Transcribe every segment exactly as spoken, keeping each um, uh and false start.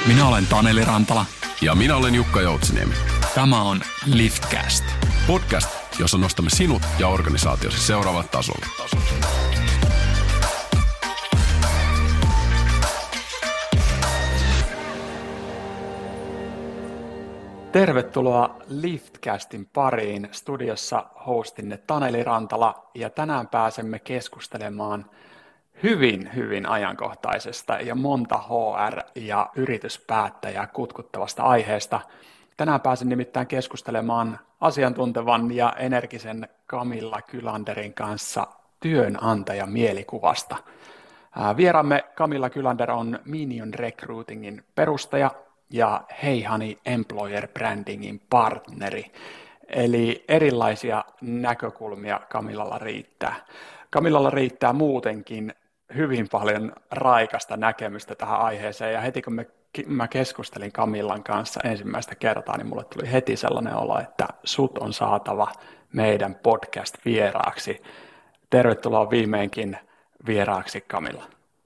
Minä olen Taneli Rantala. Ja minä olen Jukka Joutsiniemi. Tämä on Liftcast. Podcast, jossa nostamme sinut ja organisaatiosi seuraavalle tasolle. Tervetuloa Liftcastin pariin. Studiossa hostinne Taneli Rantala ja tänään pääsemme keskustelemaan hyvin, hyvin ajankohtaisesta ja monta H R- ja yrityspäättäjää kutkuttavasta aiheesta. Tänään pääsen nimittäin keskustelemaan asiantuntevan ja energisen Camilla Kylanderin kanssa työnantajan mielikuvasta. Vieraamme Camilla Kylander on Minion Recruitingin perustaja ja Hey Honey Employer Brandingin partneri. Eli erilaisia näkökulmia Camillalla riittää. Camillalla riittää muutenkin hyvin paljon raikasta näkemystä tähän aiheeseen, ja heti kun me, mä keskustelin Camillan kanssa ensimmäistä kertaa, niin mulle tuli heti sellainen olo, että sut on saatava meidän podcast-vieraaksi. Tervetuloa viimeinkin vieraaksi, Camilla.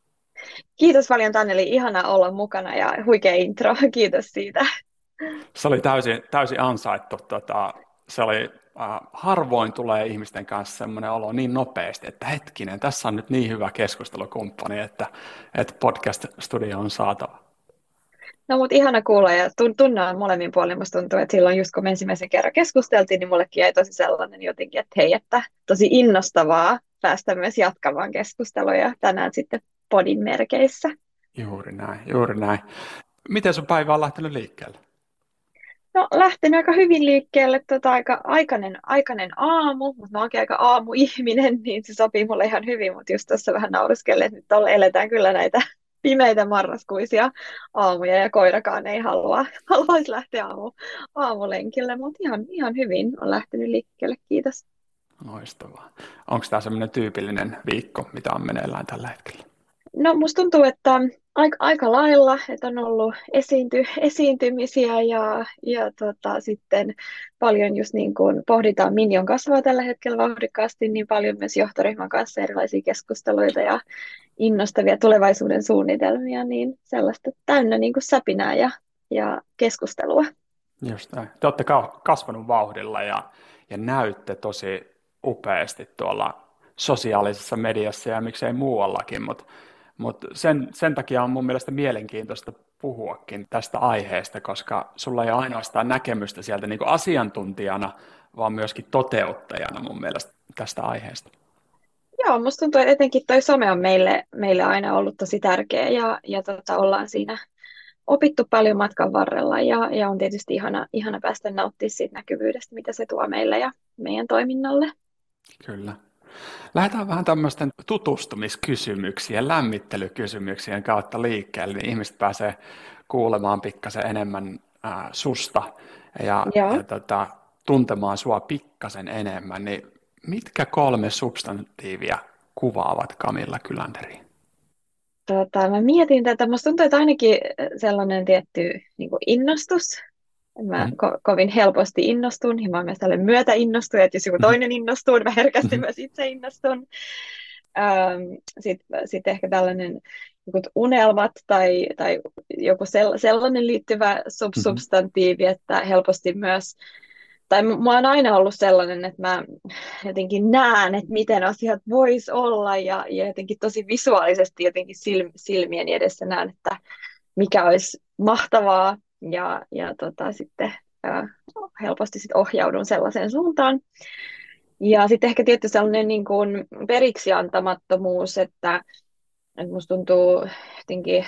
Kiitos paljon, Taneli. Ihana olla mukana ja huikea intro. Kiitos siitä. Se oli täysin, täysin ansaittu. Tota, se oli, äh, harvoin tulee ihmisten kanssa semmoinen olo niin nopeasti, että hetkinen, tässä on nyt niin hyvä keskustelukumppani, että, että podcast-studio on saatava. No mutta ihana kuulla ja tunnaan molemmin puolin. Musta tuntuu, että silloin just kun me ensimmäisen kerran keskusteltiin, niin mullekin jäi tosi sellainen jotenkin, että hei, että tosi innostavaa päästä myös jatkamaan keskusteluja tänään sitten podin merkeissä. Juuri näin, juuri näin. Miten sun päivä on lähtenyt liikkeelle? No lähtenyt aika hyvin liikkeelle, tota, aika aikainen, aikainen aamu, mutta mä oonkin aika aamuihminen, niin se sopii mulle ihan hyvin, mutta just tuossa vähän nauriskelle, että nyt tuolla eletään kyllä näitä pimeitä marraskuisia aamuja ja koirakaan ei halua, haluaisi lähteä aamu, aamulenkille, mutta ihan, ihan hyvin on lähtenyt liikkeelle, kiitos. Loistavaa. Onko tämä semmoinen tyypillinen viikko, mitä on meneillään tällä hetkellä? No musta tuntuu, että aika, aika lailla, että on ollut esiinty, esiintymisiä ja, ja tota, sitten paljon just niin kuin pohditaan, Minion kasvaa tällä hetkellä vauhdikkaasti, niin paljon myös johtoryhmän kanssa erilaisia keskusteluita ja innostavia tulevaisuuden suunnitelmia, niin sellaista täynnä niin kuin säpinää ja, ja keskustelua. Just näin. Te olette kasvanut vauhdilla ja, ja näytte tosi upeasti tuolla sosiaalisessa mediassa ja miksei muuallakin, mutta Mutta sen, sen takia on mun mielestä mielenkiintoista puhuakin tästä aiheesta, koska sulla ei ole ainoastaan näkemystä sieltä niin kuin asiantuntijana, vaan myöskin toteuttajana mun mielestä tästä aiheesta. Joo, musta tuntuu, että etenkin toi some on meille, meille aina ollut tosi tärkeä ja, ja tota, ollaan siinä opittu paljon matkan varrella ja, ja on tietysti ihana, ihana päästä nauttimaan siitä näkyvyydestä, mitä se tuo meille ja meidän toiminnalle. Kyllä. Lähdetään vähän tämmöisten tutustumiskysymyksien, lämmittelykysymyksien kautta liikkeelle, niin ihmiset pääsee kuulemaan pikkasen enemmän ää, susta ja, ja tota, tuntemaan sua pikkasen enemmän. Niin mitkä kolme substantiivia kuvaavat Camilla Kylanderiin? Tota, mä mietin tätä, musta tuntuu, että ainakin sellainen tietty niin kuin innostus. Mä mm. ko- kovin helposti innostun, ja mä myös tälle myötä innostun, että jos joku toinen innostuu, niin mä herkästi mm. myös itse innostun. Ähm, Sitten sit ehkä tällainen joku unelmat tai, tai joku sell- sellainen liittyvä sub- substantiivi, että helposti myös, tai mä oon aina ollut sellainen, että mä jotenkin näen, että miten asiat vois olla, ja, ja jotenkin tosi visuaalisesti jotenkin sil- silmien edessä näen, että mikä olisi mahtavaa, ja, ja tota, sitten äh, helposti sit ohjaudun sellaiseen suuntaan. Ja sitten ehkä tietty sellainen niin kuin periksi antamattomuus, että, että musta tuntuu jotenkin,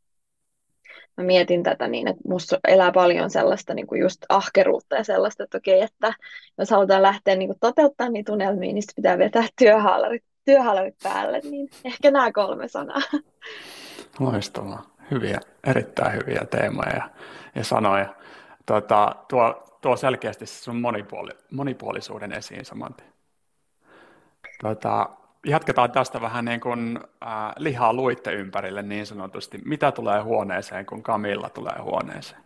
mä mietin tätä niin, että musta elää paljon sellaista niin kuin just ahkeruutta ja sellaista, että okei, että jos halutaan lähteä niin kuin toteuttamaan niitä unelmia, niin sitten pitää vetää työhaalarit, työhaalarit päälle, niin ehkä nämä kolme sanaa. Loistavaa. Hyviä, erittäin hyviä teemoja ja, ja sanoja. Tuota, tuo, tuo selkeästi sun monipuoli, monipuolisuuden esiin saman tien. Tuota, jatketaan tästä vähän niin kuin äh, lihaa luitte ympärille niin sanotusti. Mitä tulee huoneeseen, kun Camilla tulee huoneeseen?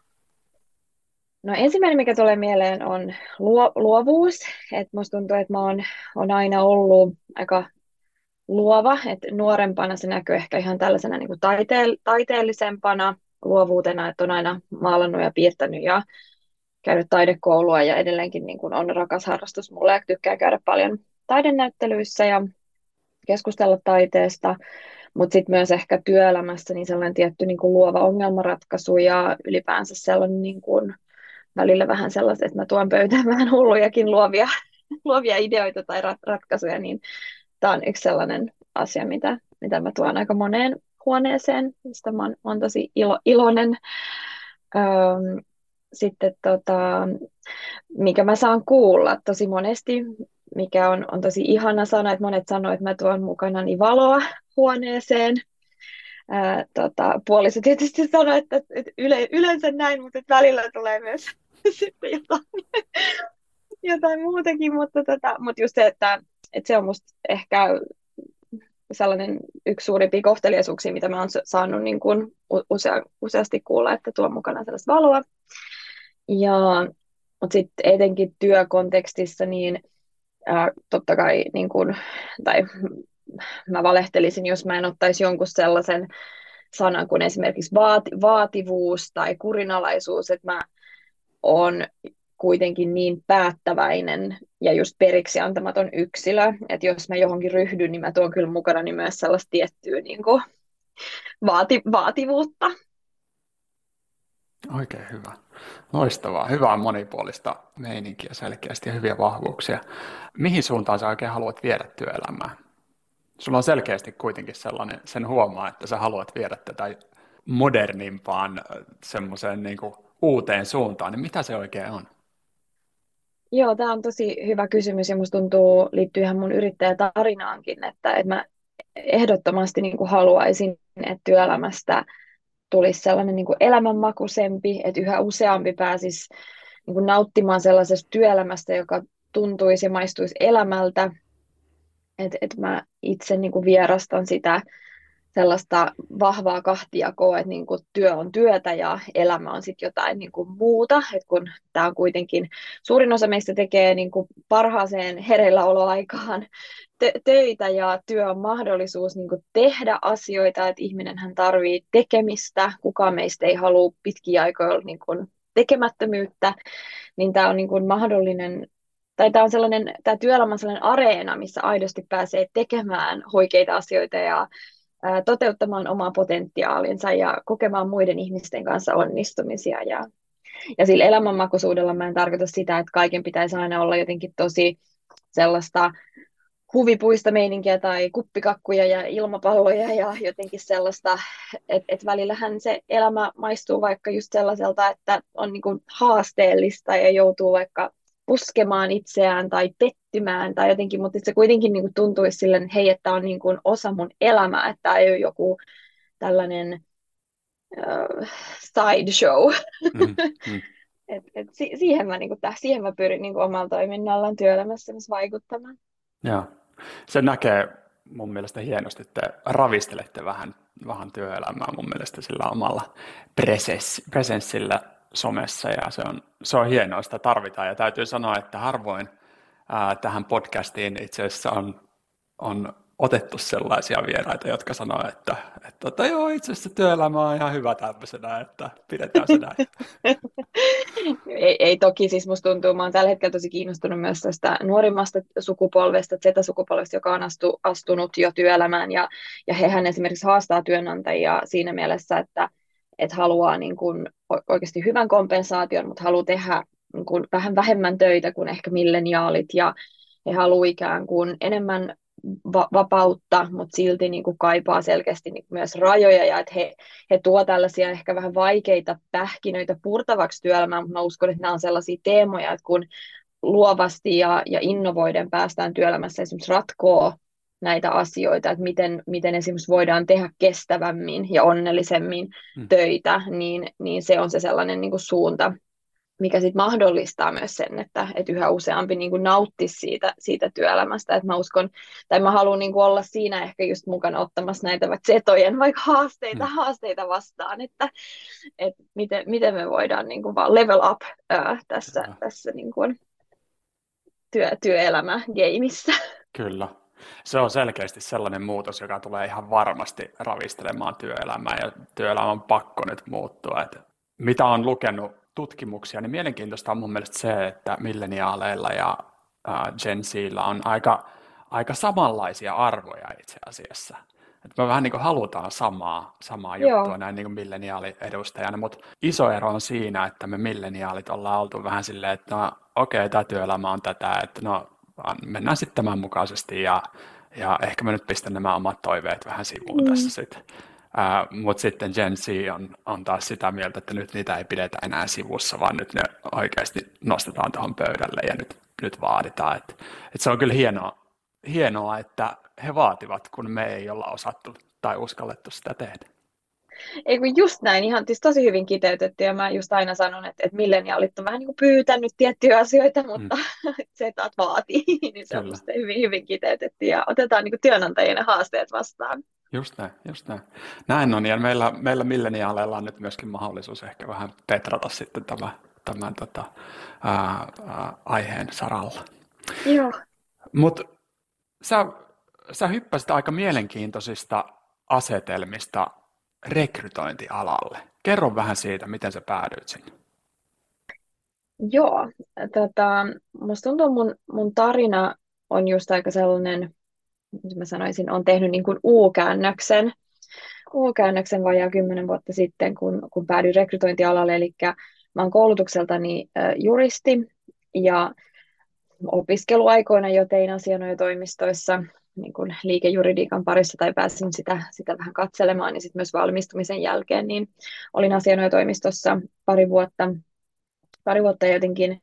No ensimmäinen, mikä tulee mieleen, on luo, luovuus. Et musta tuntuu, että mä oon, oon aina ollut aika luova, että nuorempana se näkyy ehkä ihan tällaisena niin kuin taiteel, taiteellisempana luovuutena, että on aina maalannut ja piirtänyt ja käynyt taidekoulua ja edelleenkin niin kuin on rakas harrastus mulle ja tykkää käydä paljon taidenäyttelyissä ja keskustella taiteesta, mutta sitten myös ehkä työelämässä niin sellainen tietty niin kuin luova ongelmanratkaisu ja ylipäänsä sellainen niin kuin välillä vähän sellaiset, että mä tuon pöytään vähän hullujakin luovia, luovia ideoita tai rat- ratkaisuja, niin tämä on yksi sellainen asia, mitä, mitä mä tuon aika moneen huoneeseen, mistä mä oon, oon tosi ilo, iloinen. Öm, sitten tota, mikä mä saan kuulla tosi monesti, mikä on, on tosi ihana sana, että monet sanoo, että mä tuon mukanani valoa huoneeseen. Ää, tota, puoliso tietysti sanoi, että, että yle, yleensä näin, mutta että välillä tulee myös sitten jotain, jotain muutakin, mutta, tota, mutta just se, että, että se on musta ehkä sellainen yksi suurimpia kohteliaisuuksia, mitä mä oon saanut niin kuin usea, useasti kuulla, että tuo mukana sellaista valoa. Ja, mutta sitten etenkin työkontekstissa, niin ää, totta kai, niin kuin, tai mä valehtelisin, jos mä en ottaisi jonkun sellaisen sanan kuin esimerkiksi vaati, vaativuus tai kurinalaisuus, että mä oon kuitenkin niin päättäväinen ja just periksi antamaton yksilö, että jos mä johonkin ryhdyn, niin mä tuon kyllä mukana niin myös sellaista tiettyä niin kuin vaati, vaativuutta. Oikein hyvä. Loistavaa. Hyvää monipuolista meininkiä selkeästi ja hyviä vahvuuksia. Mihin suuntaan sä oikein haluat viedä työelämää? Sulla on selkeästi kuitenkin sellainen, sen huomaa, että sä haluat viedä tätä modernimpaan semmoiseen niin kuin uuteen suuntaan, niin mitä se oikein on? Joo, tämä on tosi hyvä kysymys ja musta tuntuu liittyy ihan mun yrittäjätarinaankin, että, että mä ehdottomasti niin kuin haluaisin, että työelämästä tulisi sellainen niin kuin elämänmakuisempi, että yhä useampi pääsisi niin kuin nauttimaan sellaisesta työelämästä, joka tuntuisi ja maistuisi elämältä. Että et mä itse niin kuin vierastan sitä sellaista vahvaa kahtiakoa, että niin kuin työ on työtä ja elämä on sitten jotain niin kuin muuta. Että kun tämä on kuitenkin, suurin osa meistä tekee niin kuin parhaaseen hereilläoloaikaan tö- töitä ja työ on mahdollisuus niin kuin tehdä asioita, että ihminenhän tarvii tekemistä, kukaan meistä ei halua pitkiä aikoja olla niin kuin tekemättömyyttä, niin tämä on niin kuin mahdollinen, tai tämä on sellainen, tämä työelämä on sellainen areena, missä aidosti pääsee tekemään oikeita asioita ja ää, toteuttamaan omaa potentiaalinsa ja kokemaan muiden ihmisten kanssa onnistumisia. Ja, ja sillä elämänmakuisuudella mä en tarkoita sitä, että kaiken pitäisi aina olla jotenkin tosi sellaista huvipuista meininkiä tai kuppikakkuja ja ilmapalloja ja jotenkin sellaista, että et välillähän se elämä maistuu vaikka just sellaiselta, että on niinku haasteellista ja joutuu vaikka puskemaan itseään tai pettymään tai jotenkin, mutta se kuitenkin niinku tuntuisi silleen, että hei, että on niinku osa mun elämää, että tämä ei ole joku tällainen uh, sideshow. Mm, mm. et, et si- siihen, mä, niinku, täh, siihen mä pyrin niinku omalla toiminnallaan työelämässä myös vaikuttamaan. Joo. Se näkee mun mielestä hienosti, että ravistelette vähän, vähän työelämää mun mielestä sillä omalla presens, presenssillä somessa ja se on, se on hienoa, sitä tarvitaan ja täytyy sanoa, että harvoin ää, tähän podcastiin itse asiassa on, on otettu sellaisia vieraita, jotka sanoo, että, että, että joo, itse asiassa työelämä on ihan hyvä tämmöisenä, että pidetään se näin. ei, ei toki, siis musta tuntuu, mä oon tällä hetkellä tosi kiinnostunut myös tästä nuorimmasta sukupolvesta, Z-sukupolvesta, joka on astu, astunut jo työelämään ja, ja hehän esimerkiksi haastaa työnantajia siinä mielessä, että et haluaa niin kun oikeasti hyvän kompensaation, mutta haluaa tehdä niin kun vähän vähemmän töitä kuin ehkä milleniaalit ja he haluaa ikään kuin enemmän va- vapautta, mutta silti niin kuin kaipaa selkeästi niin myös rajoja ja että he, he tuo tällaisia ehkä vähän vaikeita pähkinöitä purtavaksi työelämään, mutta mä uskon, että nämä on sellaisia teemoja, että kun luovasti ja, ja innovoiden päästään työelämässä esimerkiksi ratkoo näitä asioita, että miten, miten esimerkiksi voidaan tehdä kestävämmin ja onnellisemmin mm. töitä, niin, niin se on se sellainen niin kuin suunta, mikä sitten mahdollistaa myös sen, että, että yhä useampi niin kuin nauttisi siitä, siitä työelämästä. Että mä uskon, tai mä haluan niin kuin olla siinä ehkä just mukana ottamassa näitä vaikka setojen vaikka haasteita, mm. haasteita vastaan, että, että miten, miten me voidaan niin kuin vaan level up ää, tässä, tässä niin kuin työ, työelämä-gameissa. Kyllä. Se on selkeästi sellainen muutos, joka tulee ihan varmasti ravistelemaan työelämää ja työelämän pakko nyt muuttua. Et mitä on lukenut tutkimuksia, niin mielenkiintoista on mun mielestä se, että milleniaaleilla ja ää, Gen Zillä on aika, aika samanlaisia arvoja itse asiassa. Et me vähän niin kuin halutaan samaa, samaa Joo. juttua näin niin kuin milleniaaliedustajana, mutta iso ero on siinä, että me milleniaalit ollaan oltu vähän silleen, että no okei, okay, tämä työelämä on tätä, että no mennään sitten tämän mukaisesti ja, ja ehkä mä nyt pistän nämä omat toiveet vähän sivuun mm. tässä sitten. Uh, mutta sitten Gen Z on, on taas sitä mieltä, että nyt niitä ei pidetä enää sivussa, vaan nyt ne oikeasti nostetaan tuohon pöydälle ja nyt, nyt vaaditaan. Et, et se on kyllä hienoa, hienoa, että he vaativat, kun me ei olla osattu tai uskallettu sitä tehdä. Ei kun just näin, ihan siis tosi hyvin kiteytetty, ja mä just aina sanon, että, että milleniaalit on vähän niin kuin pyytänyt tiettyjä asioita, mutta mm. se taas vaatii, niin se on musta hyvin, hyvin kiteytetty, ja otetaan niin kuin työnantajien haasteet vastaan. Just näin, just näin. Näin on, ja meillä, meillä milleniaaleilla on nyt myöskin mahdollisuus ehkä vähän petrata sitten tämän, tämän tota, ää, ää, aiheen saralla. Joo. Mutta sä, sä hyppäsit aika mielenkiintoisista asetelmista rekrytointialalle. Kerro vähän siitä, miten sä päädyit sinne. Joo, tota, musta tuntuu mun, mun tarina on just aika sellainen, mä sanoisin, on tehnyt niin kuin U-käännöksen, U-käännöksen vajaa kymmenen vuotta sitten, kun, kun päädyin rekrytointialalle. Eli mä oon koulutukseltani äh, juristi ja opiskeluaikoina jo tein asianajotoimistoissa niin kuin liikejuridiikan parissa tai pääsin sitä, sitä vähän katselemaan, ja sitten myös valmistumisen jälkeen niin olin asianajotoimistossa pari vuotta, pari vuotta jotenkin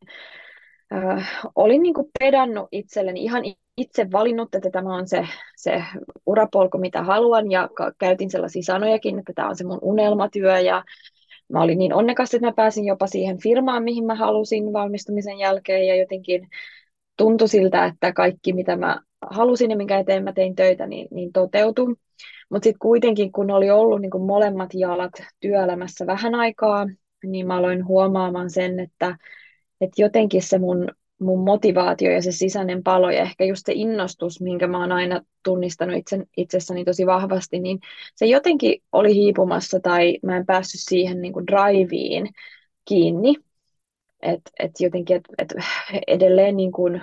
äh, olin niin kuin pedannut itselleni, ihan itse valinnut, että tämä on se, se urapolku, mitä haluan, ja käytin sellaisia sanojakin, että tämä on se mun unelmatyö, ja mä olin niin onnekas, että mä pääsin jopa siihen firmaan, mihin mä halusin valmistumisen jälkeen, ja jotenkin tuntui siltä, että kaikki, mitä mä halusin ja minkä eteen mä tein töitä, niin, niin toteutui. Mutta sitten kuitenkin, kun oli ollut niin kuin molemmat jalat työelämässä vähän aikaa, niin mä aloin huomaamaan sen, että, että jotenkin se mun, mun motivaatio ja se sisäinen palo ja ehkä just se innostus, minkä mä oon aina tunnistanut itse, itsessäni tosi vahvasti, niin se jotenkin oli hiipumassa tai mä en päässyt siihen niin kuin driveen kiinni. Että et jotenkin et, et edelleen niin kuin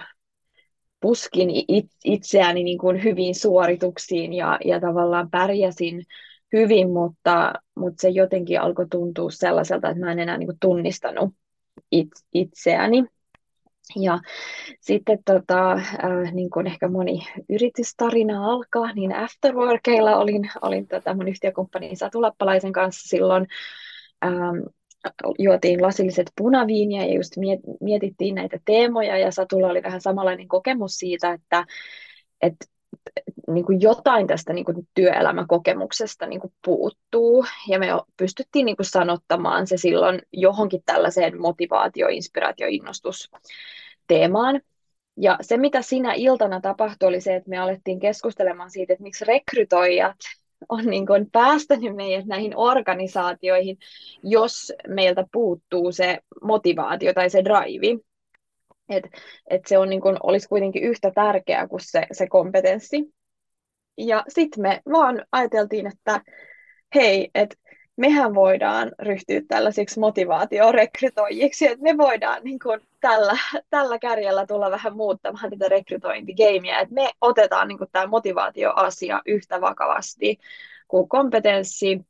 puskin it, itseäni niin kuin hyviin suorituksiin ja, ja tavallaan pärjäsin hyvin, mutta, mutta se jotenkin alkoi tuntua sellaiselta, että mä en enää niin kuin tunnistanut it, itseäni. Ja sitten tota, äh, niin kuin ehkä moni yritystarina alkaa, niin Afterworkeilla olin, olin tota mun yhtiökumppanin Satu Lappalaisen kanssa silloin. Ähm, juotiin lasilliset punaviiniä ja just mietittiin näitä teemoja, ja Satulla oli vähän samanlainen kokemus siitä, että, että niin kuin jotain tästä niin kuin työelämäkokemuksesta niin kuin puuttuu, ja me pystyttiin niin kuin sanottamaan se silloin johonkin tällaiseen motivaatio, inspiraatio, innostus teemaan. Ja se, mitä sinä iltana tapahtui, oli se, että me alettiin keskustelemaan siitä, että miksi rekrytoijat on niin kuin päästänyt meidät näihin organisaatioihin, jos meiltä puuttuu se motivaatio tai se drive. Että et se on niin kuin, olisi kuitenkin yhtä tärkeää kuin se, se kompetenssi. Ja sitten me vaan ajateltiin, että hei, että mehän voidaan ryhtyä tällaisiksi motivaatiorekrytoijiksi, että me voidaan niin kuin tällä, tällä kärjellä tulla vähän muuttamaan tätä rekrytointigeimiä, että me otetaan niin kuin tämä motivaatioasia yhtä vakavasti kuin kompetenssi,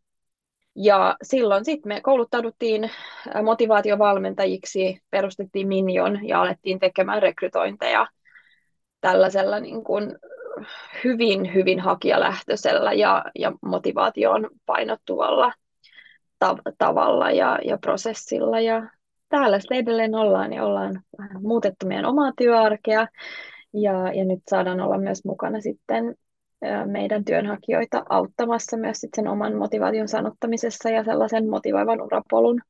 ja silloin sitten me kouluttauduttiin motivaatiovalmentajiksi, perustettiin Minion ja alettiin tekemään rekrytointeja tällaisella niin kuin hyvin, hyvin hakijalähtöisellä ja, ja motivaatioon painottuvalla tav- tavalla ja, ja prosessilla. Ja täällä sitten edelleen ollaan ja ollaan muutettu meidän omaa työarkea, ja, ja nyt saadaan olla myös mukana sitten meidän työnhakijoita auttamassa myös sit sen oman motivaation sanottamisessa ja sellaisen motivoivan urapolun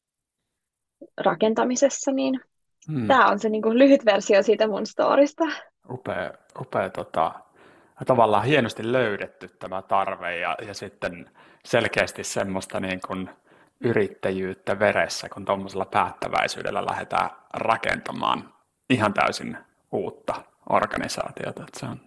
rakentamisessa. Niin hmm. Tämä on se niin kuin lyhyt versio siitä mun storista. Upea, upea tota, tavallaan hienosti löydetty tämä tarve ja, ja sitten selkeästi semmoista niin kuin yrittäjyyttä veressä, kun tuommoisella päättäväisyydellä lähdetään rakentamaan ihan täysin uutta organisaatiota. Että se on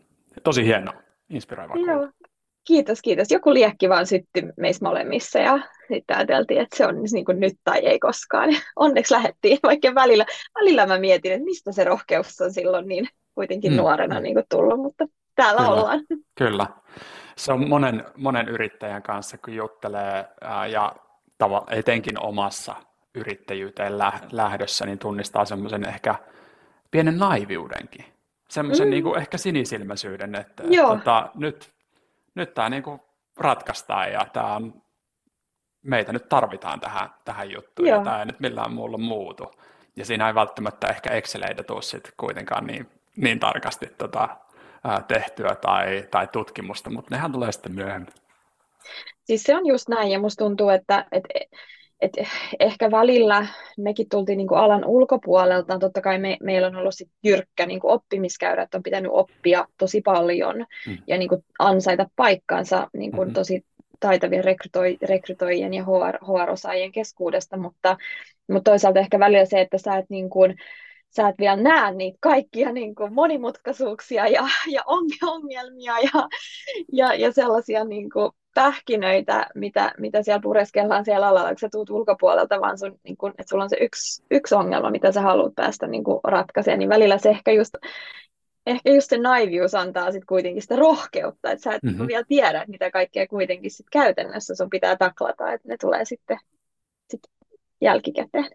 tosi hienoa, inspiroivaa kuulla. Joo. Kiitos, kiitos. Joku liekki vaan syttyi meissä molemmissa ja sitten ajateltiin, että se on niin kuin nyt tai ei koskaan. Onneksi lähdettiin, vaikka välillä, välillä mä mietin, että mistä se rohkeus on silloin niin kuitenkin Mm, nuorena mm. niin kuin tullut, mutta täällä Kyllä, ollaan. kyllä. Se on monen, monen yrittäjän kanssa, kun juttelee ää, ja tava, etenkin omassa yrittäjyyteen lä- lähdössä, niin tunnistaa semmoisen ehkä pienen naiviudenkin. Semmoisen niin Mm, kuin ehkä sinisilmäisyyden, että, että joo, tota, nyt, nyt tämä niin kuin ratkaistaan ja tämä on, meitä nyt tarvitaan tähän, tähän juttuun ja joo. tämä ei nyt millään muulla muutu. Ja siinä ei välttämättä ehkä Exceleitä tule sit kuitenkaan niin, niin tarkasti tota, ää, tehtyä tai, tai tutkimusta, mutta nehän tulee sitten myöhemmin. Siis se on just näin ja musta tuntuu, että et, et ehkä välillä mekin tultiin niin kuin alan ulkopuolelta. Totta kai me, meillä on ollut sit jyrkkä niin kuin oppimiskäyrä, että on pitänyt oppia tosi paljon Mm. ja niin kuin ansaita paikkansa niin kuin Mm-hmm. tosi taitavien rekrytoi, rekrytoijien ja H R, H R-osaajien keskuudesta, mutta, mutta toisaalta ehkä välillä se, että sä et, niin kuin, sä et vielä näe niitä kaikkia niin kuin monimutkaisuuksia ja, ja ongelmia ja, ja, ja sellaisia niin kuin pähkinöitä, mitä, mitä siellä pureskellaan siellä alalla, kun sä tuut ulkopuolelta, vaan sun, niin kun, että sulla on se yksi, yksi ongelma, mitä sä haluat päästä niin kun ratkaisemaan, niin välillä se ehkä just, ehkä just se naivius antaa sit kuitenkin sitä rohkeutta, että sä et Mm-hmm. vielä tiedä, että mitä kaikkea kuitenkin sit käytännössä sun pitää taklata, että ne tulee sitten sit jälkikäteen.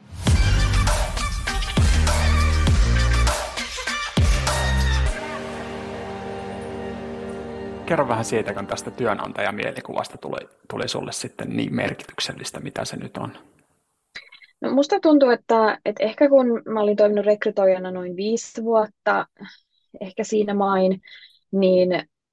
Kerro vähän siitä, kun tästä työnantajamielikuvasta tuli, tuli sulle sitten niin merkityksellistä, mitä se nyt on. No musta tuntuu, että, että ehkä kun mä olin toiminut rekrytoijana noin viisi vuotta, ehkä siinä main, niin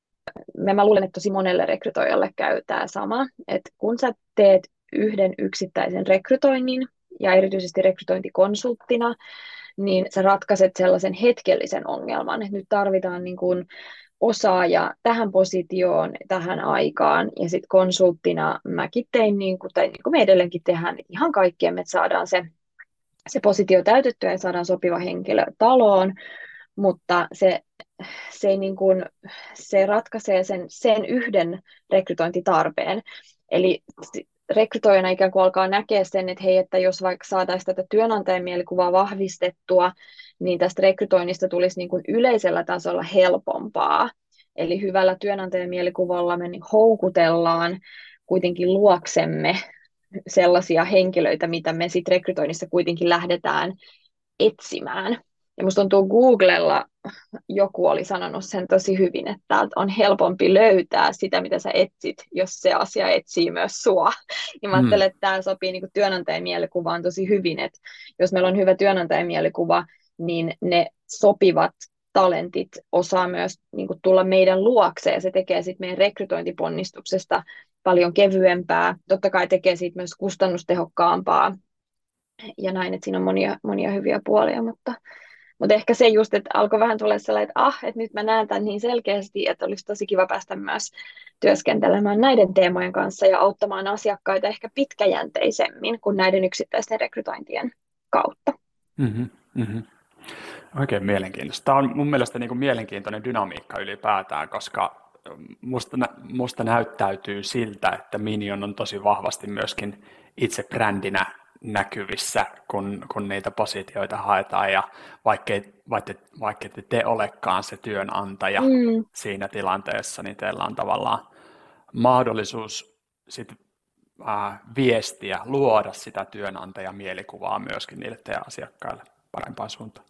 mä, mä luulen, että tosi monelle rekrytoijalle käy tämä sama, että kun sä teet yhden yksittäisen rekrytoinnin ja erityisesti rekrytointikonsulttina, niin sä ratkaiset sellaisen hetkellisen ongelman, että nyt tarvitaan niin kuin osaaja tähän positioon, tähän aikaan, ja sitten konsulttina mäkin tein, niin kuin, tai niin kuin me edelleenkin tehdään ihan kaikkien, että saadaan se, se positio täytettyä ja saadaan sopiva henkilö taloon, mutta se, se, ei niin kuin, se ratkaisee sen, sen yhden rekrytointitarpeen. Eli rekrytoijana ikään kuin alkaa näkeä sen, että hei, että jos vaikka saataisiin tätä työnantajan mielikuvaa vahvistettua, niin tästä rekrytoinnista tulisi niin kuin yleisellä tasolla helpompaa. Eli hyvällä työnantajan mielikuvalla me houkutellaan kuitenkin luoksemme sellaisia henkilöitä, mitä me sitten rekrytoinnissa kuitenkin lähdetään etsimään. Ja musta tuntuu Googlella joku oli sanonut sen tosi hyvin, että on helpompi löytää sitä, mitä sä etsit, jos se asia etsii myös sua. Ja mä ajattelen, että tämä sopii niin kuin työnantajan mielikuvaan tosi hyvin, että jos meillä on hyvä työnantajan mielikuva, niin ne sopivat talentit osaa myös niin kuin tulla meidän luokse, ja se tekee sitten meidän rekrytointiponnistuksesta paljon kevyempää. Totta kai tekee siitä myös kustannustehokkaampaa, ja näin, että siinä on monia, monia hyviä puolia, mutta Mutta ehkä se just, että alkoi vähän tulla sellainen, että ah, että nyt mä näen tämän niin selkeästi, että olisi tosi kiva päästä myös työskentelemään näiden teemojen kanssa ja auttamaan asiakkaita ehkä pitkäjänteisemmin kuin näiden yksittäisten rekrytointien kautta. Mm-hmm, mm-hmm. Oikein mielenkiintoista. Tämä on mun mielestä niin kuin mielenkiintoinen dynamiikka ylipäätään, koska musta, musta näyttäytyy siltä, että Minion on tosi vahvasti myöskin itse brändinä näkyvissä, kun, kun niitä positioita haetaan, ja vaikkei, vaikka, vaikka te, te olekaan se työnantaja mm. siinä tilanteessa, niin teillä on tavallaan mahdollisuus sit, äh, viestiä, luoda sitä työnantajamielikuvaa myöskin niille teidän asiakkaille parempaan suuntaan.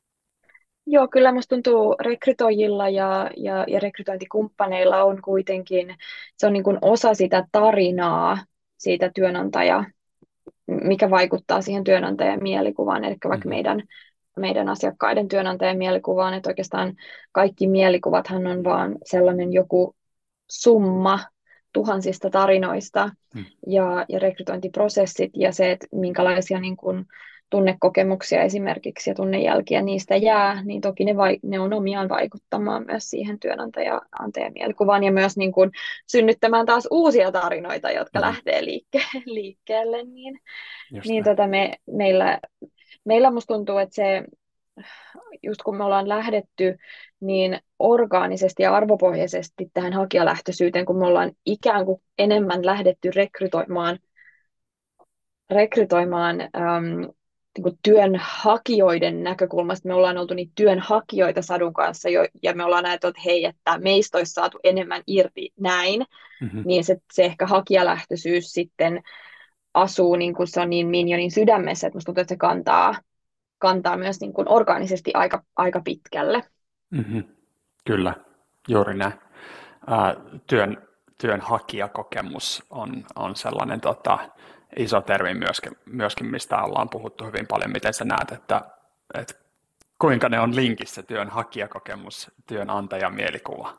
Joo, kyllä musta tuntuu rekrytoijilla ja, ja, ja rekrytointikumppaneilla on kuitenkin, se on niin kuin osa sitä tarinaa siitä työnantaja, mikä vaikuttaa siihen työnantajan mielikuvaan, eli vaikka mm. meidän, meidän asiakkaiden työnantajan mielikuvaan, että oikeastaan kaikki mielikuvathan on vaan sellainen joku summa tuhansista tarinoista mm. ja, ja rekrytointiprosessit ja se, että minkälaisia niin kuin tunnekokemuksia esimerkiksi ja tunnejälkiä niistä jää, niin toki ne, vai, ne on omiaan vaikuttamaan myös siihen työnantajan mielikuvaan ja myös niin kuin synnyttämään taas uusia tarinoita, jotka mm. lähtee liikke- liikkeelle. Niin, niin tota me, meillä, meillä musta tuntuu, että se just kun me ollaan lähdetty niin orgaanisesti ja arvopohjaisesti tähän hakijalähtöisyyteen, kun me ollaan ikään kuin enemmän lähdetty rekrytoimaan, rekrytoimaan äm, niin kuin työnhakijoiden näkökulmasta. Me ollaan oltu niitä työnhakijoita Sadun kanssa jo, ja me ollaan ajateltu, että hei, että meistä olisi saatu enemmän irti näin, Mm-hmm. niin se, se ehkä hakijalähtöisyys sitten asuu, niin kuin se on niin Minionin sydämessä, että musta tuntuu, että se kantaa, kantaa myös niin kuin orgaanisesti aika, aika pitkälle. Mm-hmm. Kyllä, juuri näin. Ää, työn, työnhakijakokemus on, on sellainen tota, iso termi myöskin, myöskin, mistä ollaan puhuttu hyvin paljon. Miten sä näet, että, että kuinka ne on linkissä työnhakijakokemus, työnantajan mielikuva?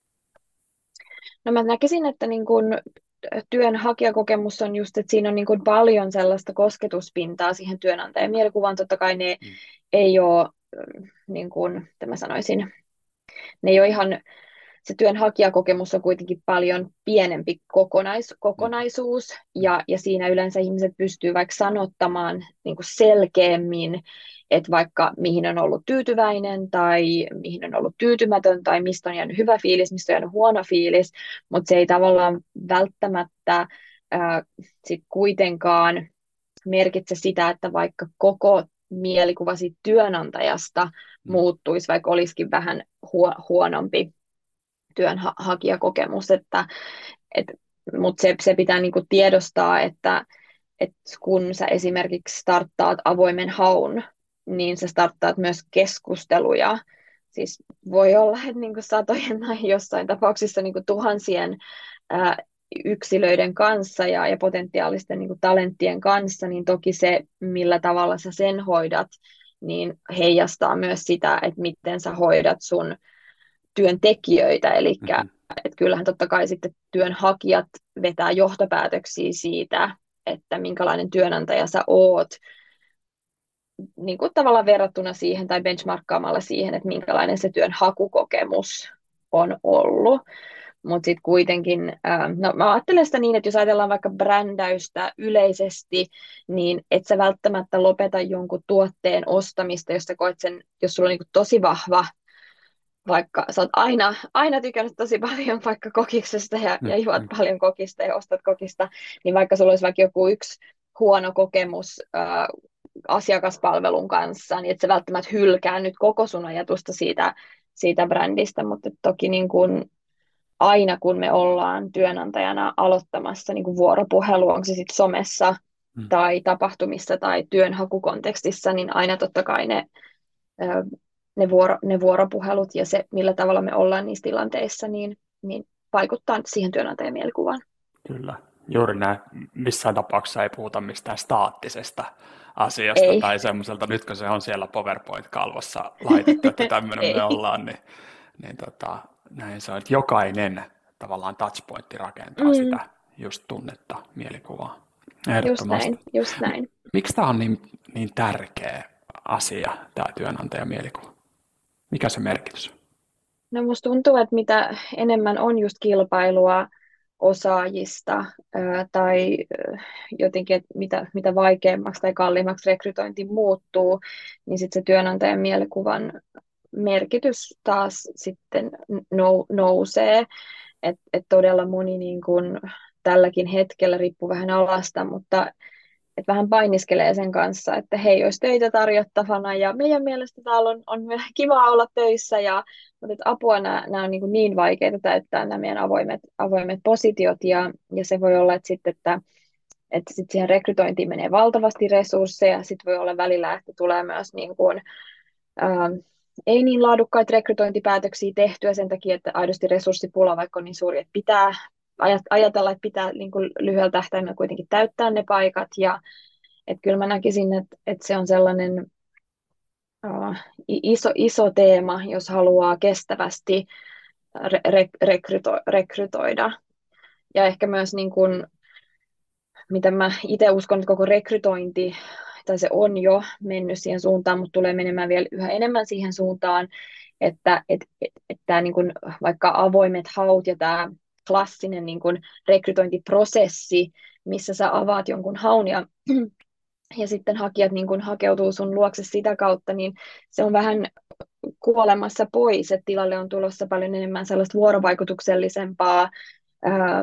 No mä näkisin, että niin kun työnhakijakokemus on just, että siinä on niin kun paljon sellaista kosketuspintaa siihen työnantajan mielikuvaan. Totta kai ne mm. ei ole, niin kun, mä sanoisin, ne ei ole ihan, se työnhakijakokemus on kuitenkin paljon pienempi kokonais, kokonaisuus, ja, ja siinä yleensä ihmiset pystyy vaikka sanottamaan niin kuin selkeämmin, että vaikka mihin on ollut tyytyväinen tai mihin on ollut tyytymätön tai mistä on jäänyt hyvä fiilis, mistä on jäänyt huono fiilis, mutta se ei tavallaan välttämättä ää, sit kuitenkaan merkitse sitä, että vaikka koko mielikuva siitä työnantajasta muuttuisi, vaikka olisikin vähän huo, huonompi työnhakijakokemus, että, et, mutta se, se pitää niinku tiedostaa, että et kun sä esimerkiksi starttaat avoimen haun, niin sä starttaat myös keskusteluja. Siis voi olla, että niinku satojen tai jossain tapauksissa niinku tuhansien ää, yksilöiden kanssa ja, ja potentiaalisten niinku talenttien kanssa, niin toki se, millä tavalla sä sen hoidat, niin heijastaa myös sitä, että miten sä hoidat sun työntekijöitä, eli mm-hmm. että kyllähän totta kai sitten työnhakijat vetää johtopäätöksiä siitä, että minkälainen työnantaja sä oot, niin kuin tavallaan verrattuna siihen tai benchmarkkaamalla siihen, että minkälainen se työnhakukokemus on ollut. Mutta sitten kuitenkin, no mä ajattelen sitä niin, että jos ajatellaan vaikka brändäystä yleisesti, niin et sä välttämättä lopeta jonkun tuotteen ostamista, jos sä koet sen, jos sulla on niin kuin tosi vahva, vaikka sä oot aina, aina tykännyt tosi paljon vaikka kokiksesta ja, ja juot paljon kokista ja ostat kokista, niin vaikka sulla olisi vaikka joku yksi huono kokemus ää, asiakaspalvelun kanssa, niin et sä välttämättä hylkää nyt koko sun ajatusta siitä, siitä brändistä, mutta toki niin kun aina kun me ollaan työnantajana aloittamassa niin kun vuoropuhelu, onko se sitten somessa mm. tai tapahtumissa tai työnhakukontekstissa, niin aina totta kai ne ää, Ne, vuoro, ne vuoropuhelut ja se, millä tavalla me ollaan niissä tilanteissa, niin, niin vaikuttaa siihen työnantajan mielikuvaan. Kyllä, juuri näin. Missään tapauksessa ei puhuta mistään staattisesta asiasta ei. Tai semmoiselta, nyt kun se on siellä PowerPoint-kalvossa laitettu, että tämmöinen me ollaan, niin, niin tota, näin se on, että jokainen tavallaan touchpointti rakentaa mm. sitä just tunnetta, mielikuvaa. Just näin, just näin. Miksi tämä on niin, niin tärkeä asia, tämä työnantajan mielikuva? Mikä se merkitys? No musta tuntuu, että mitä enemmän on just kilpailua osaajista ää, tai ää, jotenkin, että mitä, mitä vaikeammaksi tai kalliimmaksi rekrytointi muuttuu, niin sitten se työnantajan mielikuvan merkitys taas sitten nou, nousee. Että et todella moni niin kun, tälläkin hetkellä riippuu vähän alasta, mutta että vähän painiskelee sen kanssa, että hei, olisi töitä tarjottavana ja meidän mielestä täällä on, on kiva olla töissä, ja, mutta että apua nämä, nämä on niin, niin vaikeita täyttää nämä meidän avoimet, avoimet positiot ja, ja se voi olla, että, sitten, että, että sit siihen rekrytointiin menee valtavasti resursseja, sitten voi olla välillä, että tulee myös niin kuin, ää, ei niin laadukkaita rekrytointipäätöksiä tehtyä sen takia, että aidosti resurssipula vaikka on niin suuri, että pitää ajatella, että pitää niin kuin lyhyellä tähtäimellä kuitenkin täyttää ne paikat. Ja että kyllä mä näkisin, että, että se on sellainen uh, iso, iso teema, jos haluaa kestävästi re- rekryto- rekrytoida. Ja ehkä myös, niin kuin, mitä mä itse uskon, että koko rekrytointi, tai se on jo mennyt siihen suuntaan, mutta tulee menemään vielä yhä enemmän siihen suuntaan, että et, et, et tämä niin kuin, vaikka avoimet haut ja tämä klassinen niin kuin rekrytointiprosessi, missä sä avaat jonkun haun ja ja sitten hakijat niin kun hakeutuu sun luokse sitä kautta, niin se on vähän kuolemassa pois, että tilalle on tulossa paljon enemmän sellaista vuorovaikutuksellisempaa ää,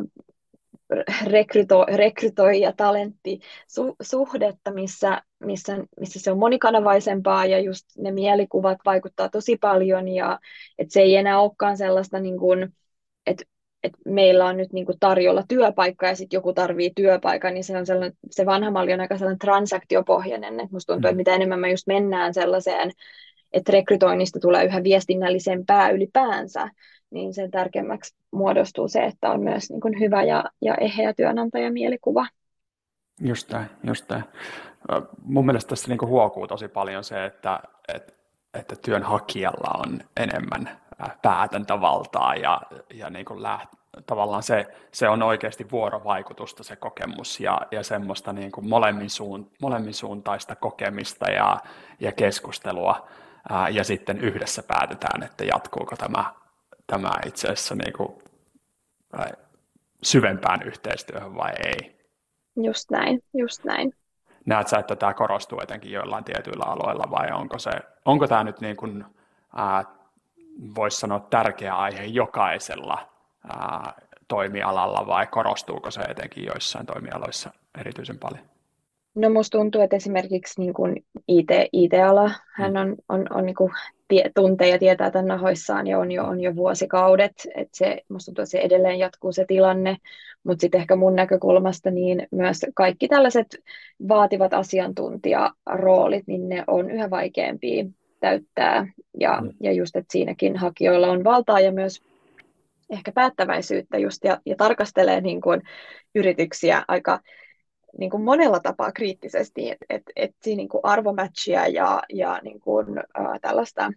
rekryto, rekrytoija talentti su, suhdetta, missä, missä, missä se on monikanavaisempaa ja just ne mielikuvat vaikuttaa tosi paljon ja että se ei enää olekaan sellaista niin kuin, että että meillä on nyt niin kuin tarjolla työpaikka ja sitten joku tarvii työpaikan, niin se on sellainen, se vanha malli on aika sellainen transaktiopohjainen, että musta tuntuu, että Mm. mitä enemmän me just mennään sellaiseen, että rekrytoinnista tulee yhä viestinnällisempää ylipäänsä, niin sen tärkeämmäksi muodostuu se, että on myös niin kuin hyvä ja, ja eheä työnantajamielikuva. Just näin, just näin. Ö, Mun mielestä tässä niinku huokuu tosi paljon se, että, että, että työnhakijalla on enemmän äh, päätäntävaltaa ja, ja niinku läht, tavallaan se, se on oikeasti vuorovaikutusta se kokemus ja, ja semmoista niinku molemmin, suun, molemmin suuntaista kokemista ja, ja keskustelua ää, ja sitten yhdessä päätetään, että jatkuuko tämä, tämä itse asiassa niinku, ää, syvempään yhteistyöhön vai ei. Just näin, just näin. Näet sä, että tämä korostuu etenkin joillain tietyillä aloilla vai onko, se, onko tämä nyt niin kuin, ää, voisi sanoa tärkeä aihe jokaisella ää, toimialalla vai korostuuko se etenkin joissain toimialoissa erityisen paljon? No musta tuntuu, että esimerkiksi niin kuin I T, I T-ala, Mm. hän on, on, on niin kuin tie, tuntee ja tietää tämän nahoissaan ja on jo, on jo vuosikaudet, että se, musta tuntuu, että se edelleen jatkuu se tilanne, mutta sitten ehkä mun näkökulmasta niin myös kaikki tällaiset vaativat asiantuntijaroolit, niin ne on yhä vaikeampia täyttää ja, Mm. ja just, että siinäkin hakijoilla on valtaa ja myös ehkä päättäväisyyttä just ja, ja tarkastelee niin kuin yrityksiä aika niin kuin monella tapaa kriittisesti, että et, et siinä niin kuin arvomatchia ja, ja niin kuin, ää, tällaista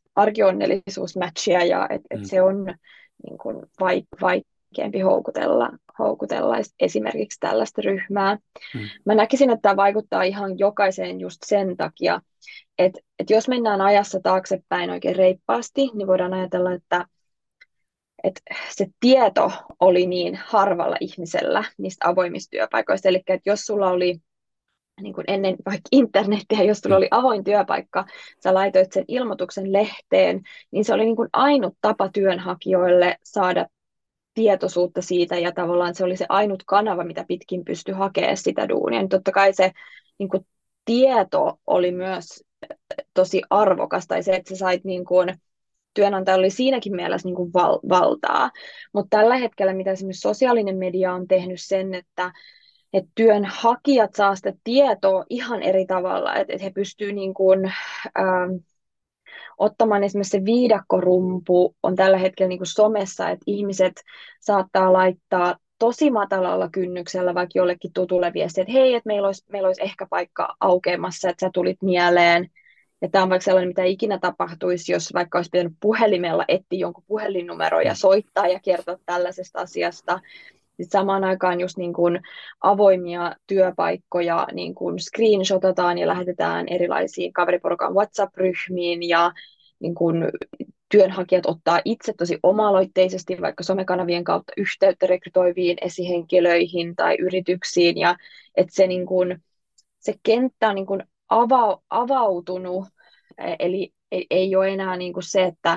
arkionnellisuusmatchia ja että et Mm. se on niin kuin vaik- vaikeampi houkutella, houkutella esimerkiksi tällaista ryhmää. Mm. Mä näkisin, että tämä vaikuttaa ihan jokaiseen just sen takia, että, että jos mennään ajassa taaksepäin oikein reippaasti, niin voidaan ajatella, että että se tieto oli niin harvalla ihmisellä niistä avoimista työpaikoista. Eli että jos sulla oli niin kuin ennen vaikka internetiä, jos sulla Mm. oli avoin työpaikka, sä laitoit sen ilmoituksen lehteen, niin se oli niin kuin ainut tapa työnhakijoille saada tietoisuutta siitä, ja tavallaan se oli se ainut kanava, mitä pitkin pystyi hakemaan sitä duunia. Niin totta kai se niin kuin tieto oli myös tosi arvokas, tai se, että sä sait niin kuin työnantaja oli siinäkin mielessä niin kuin val- valtaa. Mutta tällä hetkellä, mitä esimerkiksi sosiaalinen media on tehnyt sen, että, että työnhakijat saa sitä tietoa ihan eri tavalla, että, että he pystyvät niin kuin, ähm, ottamaan esimerkiksi se viidakkorumpu on tällä hetkellä niin kuin somessa, että ihmiset saattaa laittaa tosi matalalla kynnyksellä vaikka jollekin tutulle viestiä, että hei, että meillä olisi, meillä olisi ehkä paikka aukeamassa, että sä tulit mieleen. Ja tämä on vaikka sellainen, mitä ikinä tapahtuisi, jos vaikka olisi pitänyt puhelimella etsiä jonkun puhelinnumero ja soittaa ja kertoa tällaisesta asiasta. Sitten samaan aikaan just niin kuin avoimia työpaikkoja niin kuin screenshotataan ja lähetetään erilaisiin kaveriporukan WhatsApp-ryhmiin ja niin kuin työnhakijat ottaa itse tosi oma-aloitteisesti vaikka somekanavien kautta yhteyttä rekrytoiviin esihenkilöihin tai yrityksiin ja että se, niin kuin, se kenttä on niin kuin ava, avautunut, eli ei, ei ole enää niin kuin se, että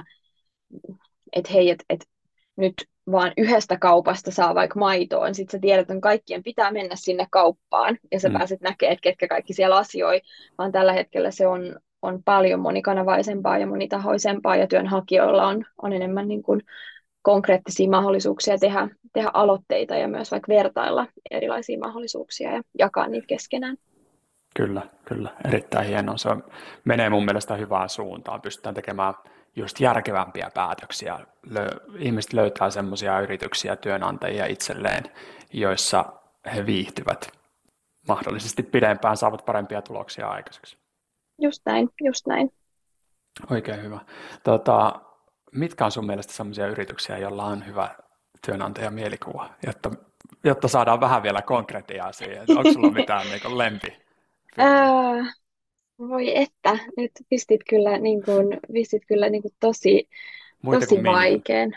et hei, et, et nyt vaan yhdestä kaupasta saa vaikka maitoon, sitten sä tiedät, että kaikkien pitää mennä sinne kauppaan, ja sä Mm. pääset näkemään, että ketkä kaikki siellä asioi, vaan tällä hetkellä se on, on paljon monikanavaisempaa ja monitahoisempaa, ja työnhakijoilla on, on enemmän niin kuin konkreettisia mahdollisuuksia tehdä, tehdä aloitteita ja myös vaikka vertailla erilaisia mahdollisuuksia ja jakaa niitä keskenään. Kyllä, kyllä. Erittäin hienoa. Se on, menee mun mielestä hyvään suuntaan. Pystytään tekemään just järkevämpiä päätöksiä. Lö, ihmiset löytää semmoisia yrityksiä, työnantajia itselleen, joissa he viihtyvät mahdollisesti pidempään, saavat parempia tuloksia aikaiseksi. Just näin, just näin. Oikein hyvä. Tota, mitkä on sun mielestä semmoisia yrityksiä, joilla on hyvä työnantajamielikuva, jotta, jotta saadaan vähän vielä konkretiaa siihen? Onko sulla mitään niin lempi? Ää, voi että, nyt pistit kyllä, niin kuin, pistit kyllä niin kuin tosi, Muita tosi kuin Minion. vaikean.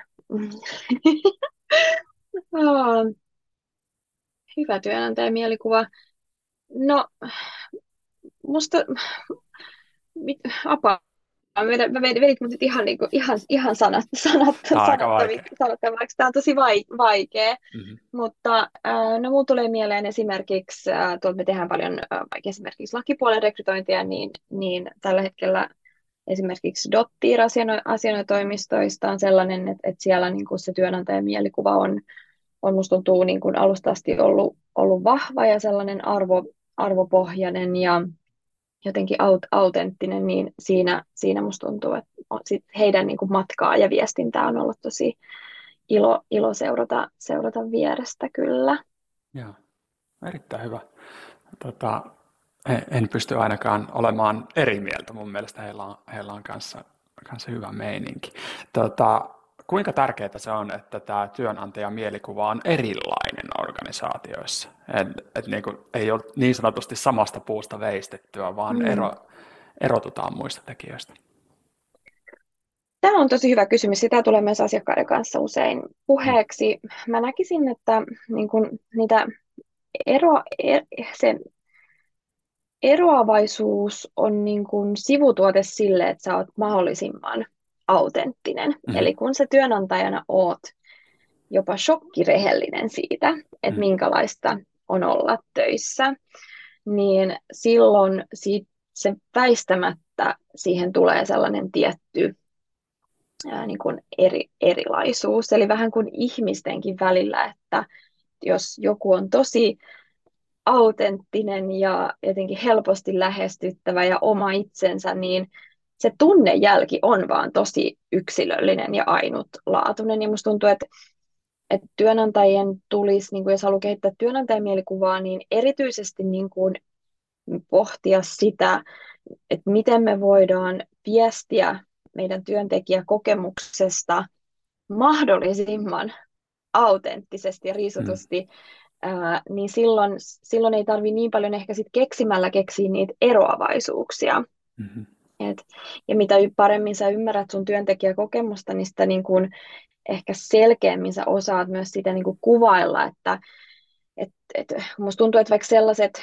Aa, hyvä työnantajamielikuva. No, musta, mit, apua, mä vedin, mä vedin, vedit mut nyt ihan, niinku, ihan, ihan sanat, sanat, Tämä on aika sanattaviksi, vaikea. sanattavaksi. Tämä on tosi vai, vaikea, Mm-hmm. mutta äh, no mulla tulee mieleen esimerkiksi, äh, tuolta me tehdään paljon äh, vaikka esimerkiksi lakipuolen rekrytointia, niin, niin tällä hetkellä esimerkiksi Dottir-asianajotoimistoista on sellainen, että, että siellä niin kuin se työnantajan mielikuva on, on musta tuntuu niin kuin alusta asti ollut, ollut vahva ja sellainen arvo, arvopohjainen ja jotenkin aut, autenttinen, niin siinä, siinä musta tuntuu, että sit heidän niin kuin matkaa ja viestintää on ollut tosi ilo, ilo seurata, seurata vierestä kyllä. Joo, erittäin hyvä. Tota, en, en pysty ainakaan olemaan eri mieltä. Mun mielestä heillä on, heillä on kanssa, kanssa hyvä meininki. Tota, kuinka tärkeää se on, että tämä työnantajan mielikuva on erilainen organisaatioissa? Et, et niinku, ei ole niin sanotusti samasta puusta veistettyä, vaan Mm. ero, erotutaan muista tekijöistä. Tämä on tosi hyvä kysymys. Sitä tulee myös asiakkaiden kanssa usein puheeksi. Mä näkisin, että niin kun niitä ero, er, se eroavaisuus on niin kun sivutuote sille, että sä oot mahdollisimman autenttinen. Mm-hmm. Eli kun sä työnantajana oot jopa shokkirehellinen siitä, että Mm. minkälaista on olla töissä, niin silloin siitä, se väistämättä siihen tulee sellainen tietty ää, niin kuin eri, erilaisuus. Eli vähän kuin ihmistenkin välillä, että jos joku on tosi autenttinen ja jotenkin helposti lähestyttävä ja oma itsensä, niin se tunnejälki on vaan tosi yksilöllinen ja ainutlaatuinen. Ja musta tuntuu, että, että työnantajien tulisi, niin kuin jos haluaa kehittää työnantajan mielikuvaa, niin erityisesti niin kuin pohtia sitä, että miten me voidaan viestiä meidän työntekijäkokemuksesta mahdollisimman autenttisesti ja riisutusti, mm. ää, niin silloin, silloin ei tarvitse niin paljon ehkä sit keksimällä keksiä niitä eroavaisuuksia. Mm-hmm. Et, ja mitä paremmin sä ymmärrät sun työntekijäkokemusta, niin sitä niin kun ehkä selkeämmin sä osaat myös sitä niin kun kuvailla, että et, et, musta tuntuu, että vaikka sellaiset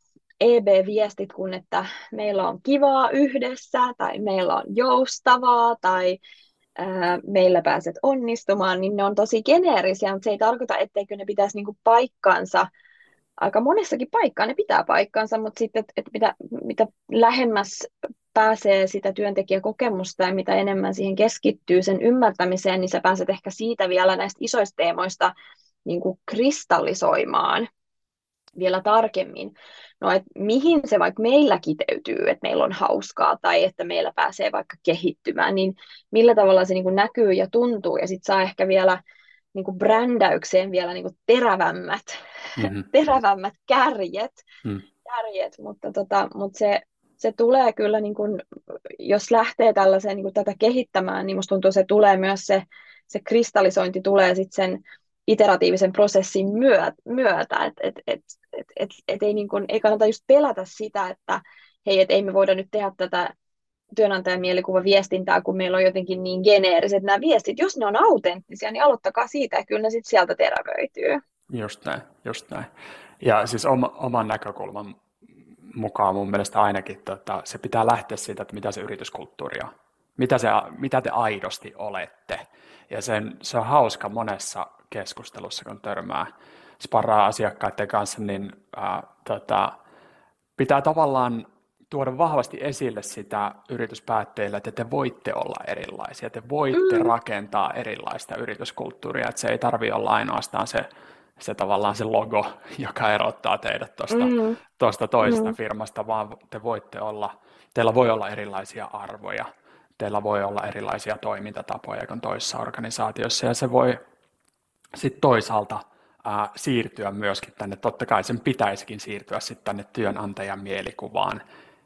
E B-viestit kuin, että meillä on kivaa yhdessä, tai meillä on joustavaa, tai ää, meillä pääset onnistumaan, niin ne on tosi geneerisiä, mutta se ei tarkoita, etteikö ne pitäisi niinku paikkansa. Aika monessakin paikkaa ne pitää paikkansa, mutta sitten, että et mitä, mitä lähemmäs pääsee sitä työntekijäkokemusta ja mitä enemmän siihen keskittyy sen ymmärtämiseen, niin sä pääset ehkä siitä vielä näistä isoista teemoista niin kuin kristallisoimaan vielä tarkemmin. No, että mihin se vaikka meillä kiteytyy, että meillä on hauskaa tai että meillä pääsee vaikka kehittymään, niin millä tavalla se niin kuin näkyy ja tuntuu ja sitten saa ehkä vielä niin kuin brändäykseen vielä niin kuin terävämmät, mm-hmm. terävämmät kärjet, mm. kärjet. mutta, tota, mutta se, se tulee kyllä, niin kuin, jos lähtee tällaiseen niin kuin tätä kehittämään, niin musta tuntuu, että se tulee myös se, se kristallisointi tulee sitten sen iteratiivisen prosessin myötä, että et, et, et, et, et ei, niin kuin, ei kannata just pelätä sitä, että hei, et ei me voida nyt tehdä tätä työnantajan mielikuva viestintää, kun meillä on jotenkin niin geneeriset nämä viestit. Jos ne on autenttisia, niin aloittakaa siitä, ja kyllä ne sitten sieltä terävöityy. Just näin, just näin. Ja siis oma, oman näkökulman mukaan mun mielestä ainakin tota, se pitää lähteä siitä, että mitä se yrityskulttuuri on. Mitä, se, mitä te aidosti olette. Ja sen, se on hauska monessa keskustelussa, kun törmää sparraa asiakkaiden kanssa, niin ää, tota, pitää tavallaan tuoda vahvasti esille sitä yrityspäättäjille, että te voitte olla erilaisia, te voitte mm. rakentaa erilaista yrityskulttuuria, että se ei tarvitse olla ainoastaan se, se tavallaan se logo, joka erottaa teidät tuosta mm. toisesta mm. firmasta, vaan te voitte olla, teillä voi olla erilaisia arvoja, teillä voi olla erilaisia toimintatapoja kuin toisessa organisaatiossa, ja se voi sitten toisaalta ää, siirtyä myöskin tänne, totta kai sen pitäisikin siirtyä sitten tänne työnantajan mielikuvaan,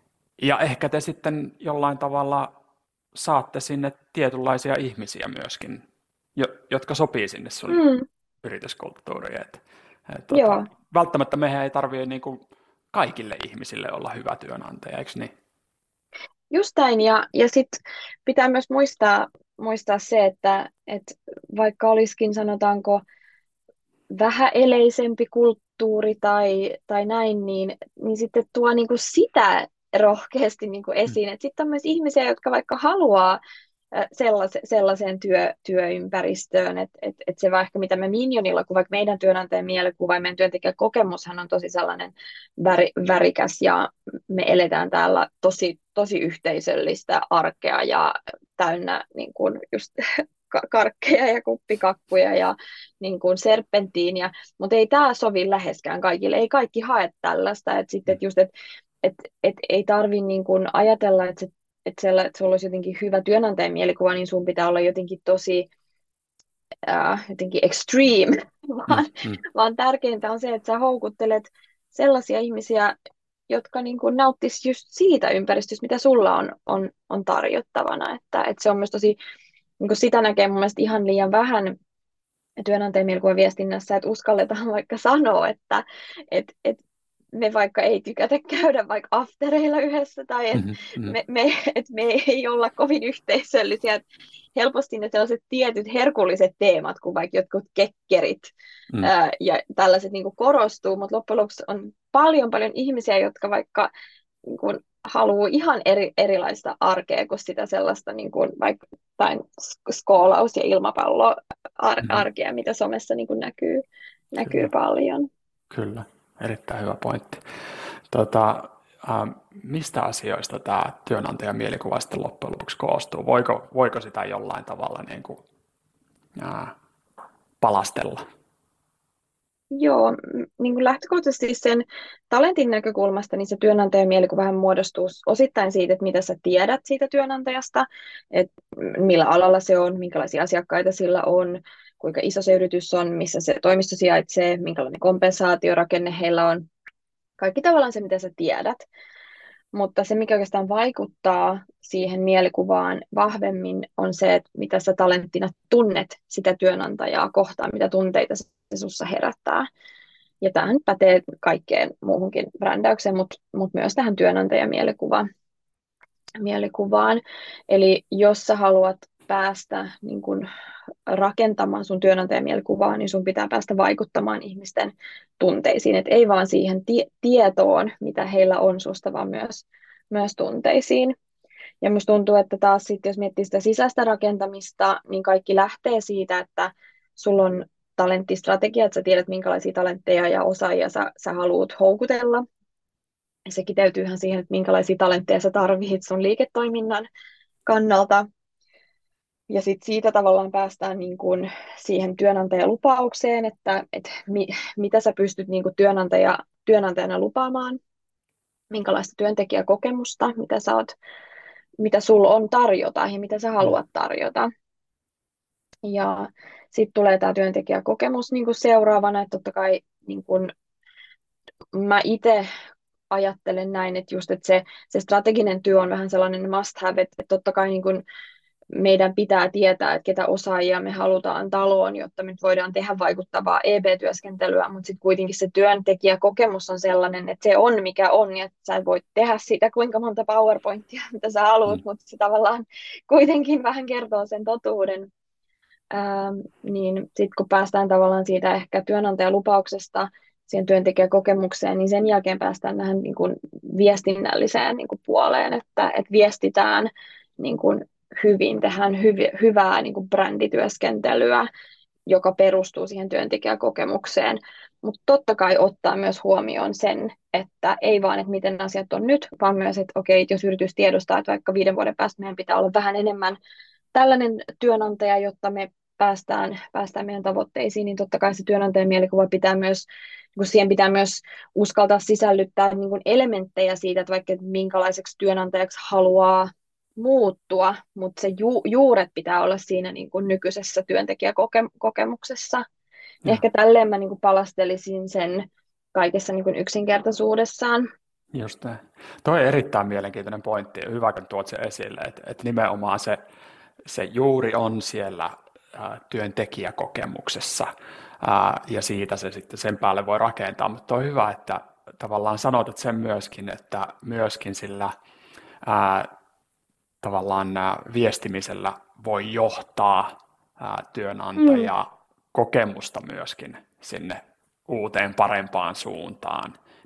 ja ehkä te sitten jollain tavalla saatte sinne tietynlaisia ihmisiä myöskin, jotka sopii sinne sun mm. yrityskulttuuriin. Et, et, tota, välttämättä meidän ei tarvitse niinku kaikille ihmisille olla hyvä työnantaja, eikö niin? Just näin, ja, ja sitten pitää myös muistaa, muistaa se, että, että vaikka olisikin sanotaanko vähän eleisempi kulttuuri tai, tai näin, niin, niin sitten tuo niinku sitä rohkeasti niin kuin Mm. esiin. Sitten on myös ihmisiä, jotka vaikka haluaa äh, sellase, sellaiseen työ, työympäristöön, että et, et se vaikka mitä me Minionilla, kun vaikka meidän työnantajan mielikuva ja meidän työntekijäkokemushan on tosi sellainen väri, värikäs ja me eletään täällä tosi, tosi yhteisöllistä arkea ja täynnä niin kuin just karkkeja ja kuppikakkuja ja niin kuin serpenttiiniä, mutta ei tämä sovi läheskään kaikille, ei kaikki hae tällaista, että sitten et just, että et, et ei tarvitse niin kuin ajatella, että, se, että, siellä, että sulla olisi jotenkin hyvä työnantajan mielikuva, niin sun pitää olla jotenkin tosi äh, jotenkin extreme, Mm. vaan, Mm. vaan tärkeintä on se, että sä houkuttelet sellaisia ihmisiä, jotka niin kuin nauttis just siitä ympäristöstä, mitä sulla on, on, on tarjottavana, että, että se on myös tosi niin kuin sitä näkee mun mielestä ihan liian vähän työnantajan mielikuvan viestinnässä, että uskalletaan vaikka sanoa, että et, et me vaikka ei tykätä käydä vaikka aftereilla yhdessä tai että Mm. Mm. me, me, et me ei olla kovin yhteisöllisiä. Et helposti ne sellaiset tietyt herkulliset teemat, kuin vaikka jotkut kekkerit Mm. ää, ja tällaiset niin kuin korostuu, mutta loppujen lopuksi on paljon paljon ihmisiä, jotka vaikka niin kuin, haluaa ihan eri, erilaista arkea kuin sitä sellaista niin kuin, vaikka jotain skoolaus- ja ilmapallo-arkea, mitä somessa niin kuin näkyy, näkyy Kyllä. paljon. Kyllä, erittäin hyvä pointti. Tota, ähm, mistä asioista tämä työnantajan mielikuva sitten loppujen lopuksi koostuu? Voiko, voiko sitä jollain tavalla niin kuin, ää, palastella? Joo, m- niin kuin lähtökohtaisesti sen talentin näkökulmasta, niin se työnantajan mielikuvahan muodostuu osittain siitä, että mitä sä tiedät siitä työnantajasta, että millä alalla se on, minkälaisia asiakkaita sillä on, kuinka iso se yritys on, missä se toimisto sijaitsee, minkälainen kompensaatiorakenne heillä on. Kaikki tavallaan se, mitä sä tiedät. Mutta se, mikä oikeastaan vaikuttaa siihen mielikuvaan vahvemmin, on se, että mitä sä talenttina tunnet sitä työnantajaa kohtaan, mitä tunteita se sussa herättää. Ja tämähän pätee kaikkeen muuhunkin brändäykseen, mutta, mutta myös tähän työnantajan mielikuvaan. mielikuvaan. Eli jos sä haluat päästä niin kun, rakentamaan sun työnantajan mielikuvaa, niin sun pitää päästä vaikuttamaan ihmisten tunteisiin. Et ei vaan siihen tie- tietoon, mitä heillä on susta, vaan myös, myös tunteisiin. Ja musta tuntuu, että taas sitten, jos miettii sitä sisäistä rakentamista, niin kaikki lähtee siitä, että sulla on talenttistrategia, että sä tiedät, minkälaisia talentteja ja osaajia sä, sä haluat houkutella. Se kiteytyyhän siihen, että minkälaisia talentteja sä tarvitset sun liiketoiminnan kannalta. Ja sitten siitä tavallaan päästään niin kuin siihen työnantajalupaukseen, että, että mi, mitä sä pystyt niin kuin työnantaja, työnantajana lupaamaan, minkälaista työntekijäkokemusta, mitä sä oot, mitä sulla on tarjota ja mitä sä Mm. haluat tarjota. Ja sitten tulee tämä työntekijäkokemus niin kuin seuraavana, että totta kai niin kuin mä itse ajattelen näin, että just että se, se strateginen työ on vähän sellainen must have, että, että totta kai niin kuin meidän pitää tietää, että ketä osaajia me halutaan taloon, jotta me voidaan tehdä vaikuttavaa E B-työskentelyä, mutta sitten kuitenkin se työntekijäkokemus on sellainen, että se on mikä on, ja sä voit tehdä siitä kuinka monta PowerPointia, mitä sä haluat, Mm. mutta se tavallaan kuitenkin vähän kertoo sen totuuden. Ähm, niin sitten kun päästään tavallaan siitä ehkä työnantajalupauksesta siihen työntekijäkokemukseen, niin sen jälkeen päästään tähän niin kuin viestinnälliseen niin kuin puoleen, että, että viestitään niin kuin hyvin, tehdään hyvi, hyvää niin kuin brändityöskentelyä, joka perustuu siihen työntekijäkokemukseen, mutta totta kai ottaa myös huomioon sen, että ei vaan, että miten asiat on nyt, vaan myös, että okei, jos yritys tiedostaa, että vaikka viiden vuoden päästä meidän pitää olla vähän enemmän tällainen työnantaja, jotta me päästään, päästään meidän tavoitteisiin, niin totta kai se työnantajan mielikuva pitää myös, niin siihen pitää myös uskaltaa sisällyttää niin kuin elementtejä siitä, että vaikka minkälaiseksi työnantajaksi haluaa muuttua, mutta se ju, juuret pitää olla siinä niin kuin nykyisessä työntekijäkokemuksessa. Ja, Ehkä tälleen mä niin kuin palastelisin sen kaikessa niin kuin yksinkertaisuudessaan. just näin. Toi on erittäin mielenkiintoinen pointti. Hyvä, kun tuot sen esille, että, että nimenomaan se, se juuri on siellä ää, työntekijäkokemuksessa ää, ja siitä se sitten sen päälle voi rakentaa, mutta on hyvä, että tavallaan sanotat sen myöskin, että myöskin sillä ää, tavallaan ää, viestimisellä voi johtaa ää, työnantajaa kokemusta myöskin sinne uuteen parempaan suuntaan,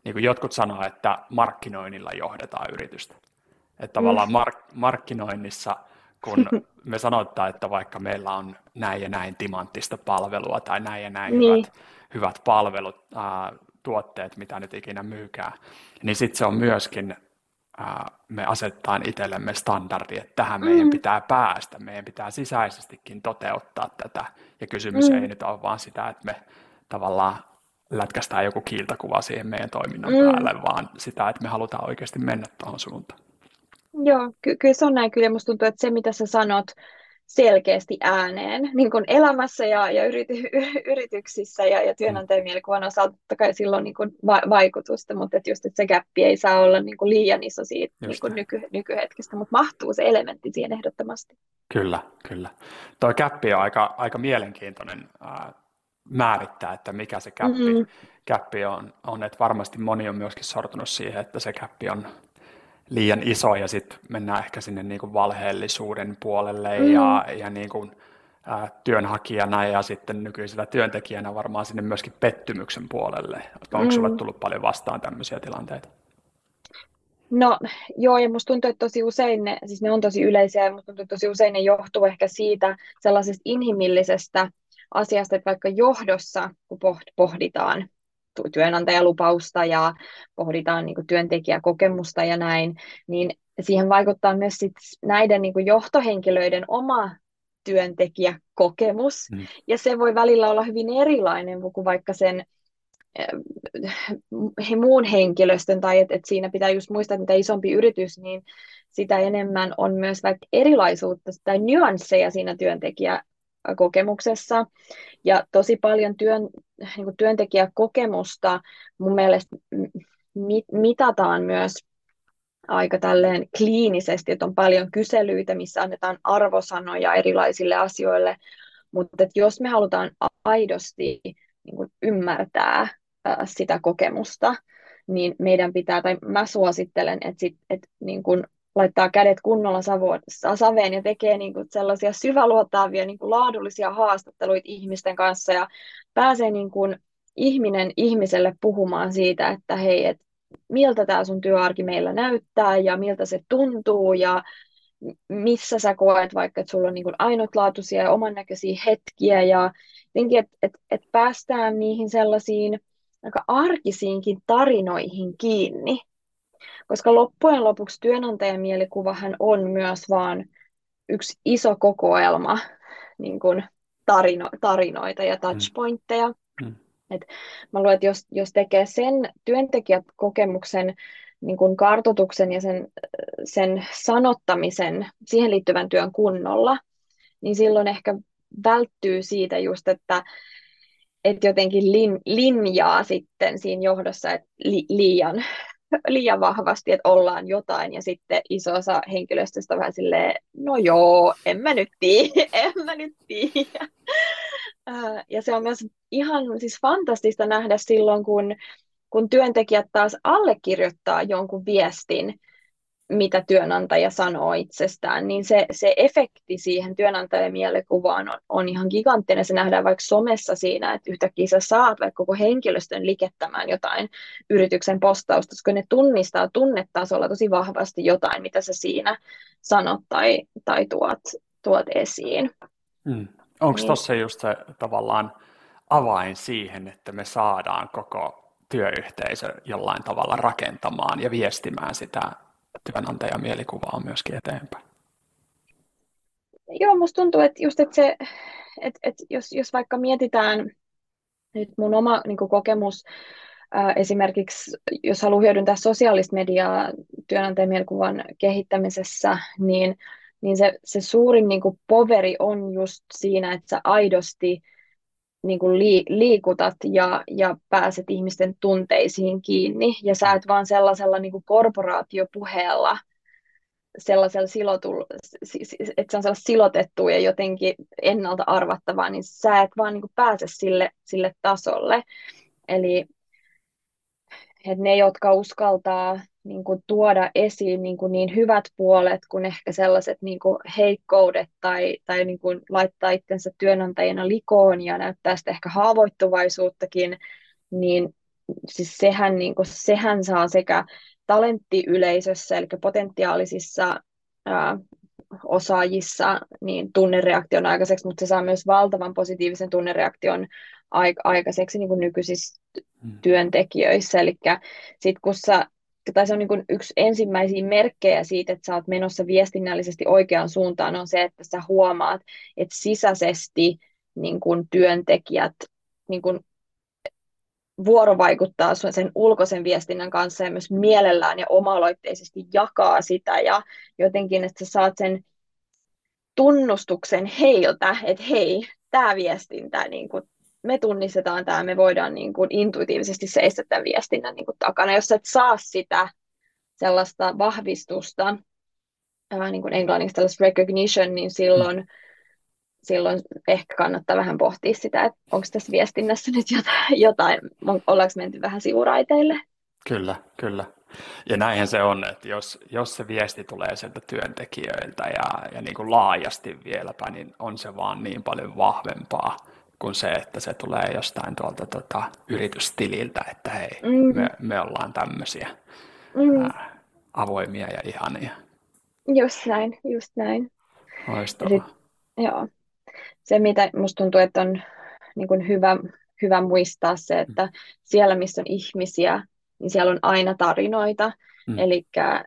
niin kuin jotkut sanoo, että markkinoinnilla johdetaan yritystä. Että Mm. tavallaan mark- markkinoinnissa, kun me sanotaan, että vaikka meillä on näin ja näin timanttista palvelua tai näin ja näin Niin. hyvät, hyvät palvelut, ää, tuotteet, mitä nyt ikinä myykään, niin sitten se on myöskin, ää, me asetetaan itsellemme standardi, että tähän Mm. meidän pitää päästä, meidän pitää sisäisestikin toteuttaa tätä. Ja kysymys Mm. ei nyt ole vaan sitä, että me tavallaan lätkästään joku kiiltokuva siihen meidän toiminnan Mm. päälle, vaan sitä, että me halutaan oikeasti mennä tuohon suuntaan. Joo, ky- kyllä se on näin. Kyllä musta tuntuu, että se mitä sä sanot selkeästi ääneen niin kuin elämässä ja, ja yrity, yrityksissä ja, ja työnantajamielikuvan osalta, totta kai sillä on niin kuin va- vaikutusta, mutta että just, että se gappi ei saa olla niin kuin liian iso siitä niin kuin nyky, nykyhetkestä, mutta mahtuu se elementti siihen ehdottomasti. Kyllä, kyllä. Tuo gappi on aika, aika mielenkiintoinen ää, määrittää, että mikä se gappi, Mm. gappi on, on, että varmasti moni on myöskin sortunut siihen, että se gappi on liian iso ja sitten mennään ehkä sinne niin kuin valheellisuuden puolelle Mm. ja, ja niin kuin, ää, työnhakijana ja sitten nykyisellä työntekijänä varmaan sinne myöskin pettymyksen puolelle. Onko Mm. sulle tullut paljon vastaan tämmöisiä tilanteita? No joo, ja musta tuntuu, että tosi usein ne, siis ne on tosi yleisiä, ja musta tuntuu, että tosi usein ne johtuu ehkä siitä sellaisesta inhimillisestä asiasta, että vaikka johdossa, kun poht- pohditaan tu- työnantajalupausta ja pohditaan niin kuin työntekijäkokemusta ja näin, niin siihen vaikuttaa myös sit näiden niin kuin johtohenkilöiden oma työntekijäkokemus, Mm. ja se voi välillä olla hyvin erilainen kuin vaikka sen he muun henkilöstön, tai että et siinä pitää just muistaa, että mitä isompi yritys, niin sitä enemmän on myös vaikka erilaisuutta tai nyansseja siinä työntekijäkokemuksessa. Ja tosi paljon työn, niin kuin työntekijäkokemusta mun mielestä mit, mitataan myös aika tälleen kliinisesti, että on paljon kyselyitä, missä annetaan arvosanoja erilaisille asioille, mutta jos me halutaan aidosti niin kuin ymmärtää sitä kokemusta, niin meidän pitää, tai mä suosittelen, että, sit, että niin kun laittaa kädet kunnolla saveen ja tekee niin kun sellaisia syväluotaavia niin kun laadullisia haastatteluita ihmisten kanssa ja pääsee niin kun ihminen ihmiselle puhumaan siitä, että hei, et miltä tämä sun työarki meillä näyttää ja miltä se tuntuu ja missä sä koet vaikka, että sulla on niin kuin ainutlaatuisia ja oman näköisiä hetkiä ja jotenkin, että et, et päästään niihin sellaisiin aika arkisiinkin tarinoihin kiinni, koska loppujen lopuksi työnantajan mielikuvahan on myös vaan yksi iso kokoelma niin kuin tarino, tarinoita ja touchpointteja. Mm. Et mä luulen, että jos, jos tekee sen työntekijäkokemuksen niin kuin kartoituksen ja sen, sen sanottamisen, siihen liittyvän työn kunnolla, niin silloin ehkä välttyy siitä just, että, että jotenkin lin, linjaa sitten siinä johdossa että li, liian, liian vahvasti, että ollaan jotain, ja sitten iso osa henkilöstöstä vähän silleen, no joo, en mä nyt tiedä, en mä nyt tiedä. Ja se on myös ihan siis fantastista nähdä silloin, kun, kun työntekijät taas allekirjoittaa jonkun viestin, mitä työnantaja sanoo itsestään, niin se, se efekti siihen työnantajan mielikuvaan on, on ihan giganttinen. Se nähdään vaikka somessa siinä, että yhtäkkiä sä saat vaikka koko henkilöstön likettämään jotain yrityksen postausta, koska ne tunnistaa tunnetasolla tosi vahvasti jotain, mitä sä siinä sanot tai, tai tuot, tuot esiin. Hmm. Onko niin. tuossa just se tavallaan avain siihen, että me saadaan koko työyhteisö jollain tavalla rakentamaan ja viestimään sitä työnantajan mielikuvaa myöskin eteenpäin? Joo, musta tuntuu, että just, että se, että, että jos, jos vaikka mietitään nyt mun oma niin kuin kokemus, ää, esimerkiksi jos haluaa hyödyntää sosiaalista mediaa työnantajan mielikuvan kehittämisessä, niin, niin se, se suurin niin kuin poveri on just siinä, että sä aidosti niin kuin liikutat ja, ja pääset ihmisten tunteisiin kiinni, ja sä et vaan sellaisella niin kuin korporaatiopuheella, sellaisella silotulla, että se on sellaista silotettua ja jotenkin ennalta arvattavaa, niin sä et vaan niin kuin pääse sille, sille tasolle. Eli että ne, jotka uskaltaa niin kuin tuoda esiin niin, kuin niin hyvät puolet kuin ehkä sellaiset niin kuin heikkoudet tai, tai niin kuin laittaa itsensä työnantajana likoon ja näyttää sitä ehkä haavoittuvaisuuttakin, niin siis sehän, niin kuin, sehän saa sekä talenttiyleisössä, eli potentiaalisissa ää, osaajissa niin tunnereaktion aikaiseksi, mutta se saa myös valtavan positiivisen tunnereaktion aikaiseksi niin kuin nykyisissä Mm. työntekijöissä. Eli sit kun sä, tai se on niin kuin yksi ensimmäisiä merkkejä siitä, että sä oot menossa viestinnällisesti oikeaan suuntaan, on se, että sä huomaat, että sisäisesti niin kuin työntekijät niin kuin vuorovaikuttaa sen ulkoisen viestinnän kanssa ja myös mielellään ja oma-aloitteisesti jakaa sitä ja jotenkin, että sä saat sen tunnustuksen heiltä, että hei, tämä viestintä, niin kuin, me tunnistetaan tämä, me voidaan niin kuin, intuitiivisesti seistä tämän viestinnän niin kuin, takana. Jos et saa sitä sellaista vahvistusta, ää, niin kuin englanniksi tällaista recognition, niin silloin, mm. silloin ehkä kannattaa vähän pohtia sitä, että onko tässä viestinnässä nyt jotain, jotain ollaanko menty vähän sivuraiteille. Kyllä, kyllä. Ja näinhän se on, että jos, jos se viesti tulee sieltä työntekijöiltä ja, ja niin kuin laajasti vieläpä, niin on se vaan niin paljon vahvempaa kuin se, että se tulee jostain tuolta tota, yritystililtä, että hei, mm. me, me ollaan tämmöisiä mm. ää, avoimia ja ihania. Just näin, just näin. Loistavaa. Sit, joo. Se, mitä musta tuntuu, että on niin kuin hyvä, hyvä muistaa se, että siellä, missä on ihmisiä, niin siellä on aina tarinoita. Mm. Eli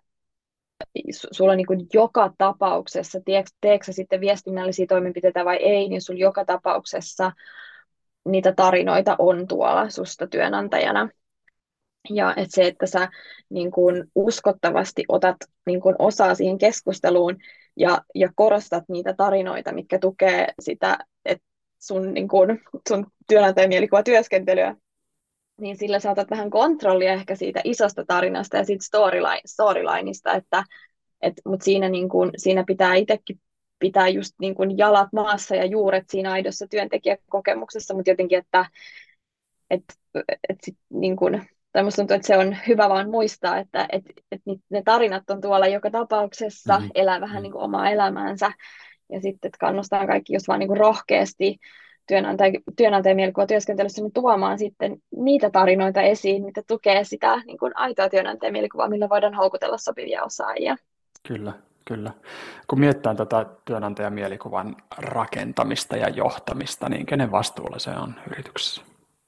sulla niin kuin joka tapauksessa, teetkö sitten viestinnällisiä toimenpiteitä vai ei, niin sulla joka tapauksessa niitä tarinoita on tuolla susta työnantajana. Ja että se, että sä niin kuin uskottavasti otat niin kuin osaa siihen keskusteluun ja, ja korostat niitä tarinoita, mitkä tukee sitä, että sun, niin kuin, sun työnantajamielikuva työskentelyä, niin sillä saatat vähän kontrollia ehkä siitä isosta tarinasta ja siitä storyline, storylineista, että et, mutta siinä, niin kun, siinä pitää itsekin pitää just niin kun jalat maassa ja juuret siinä aidossa työntekijäkokemuksessa, mutta jotenkin, että et, et sit, niin kun, tai musta tuntuu, että se on hyvä vaan muistaa, että et, et ne tarinat on tuolla joka tapauksessa, mm-hmm. elää vähän niin kuin omaa elämäänsä, ja sitten että kannustaa kaikki just vaan niin kuin rohkeasti työnantaja, työnantajamielikuva työskentelyssä niin tuomaan sitten niitä tarinoita esiin, mitä tukee sitä niin kuin aitoa työnantajamielikuvaa, millä voidaan houkutella sopivia osaajia. Kyllä, kyllä. Kun mietitään tätä työnantajamielikuvan rakentamista ja johtamista, niin kenen vastuulla se on yrityksessä?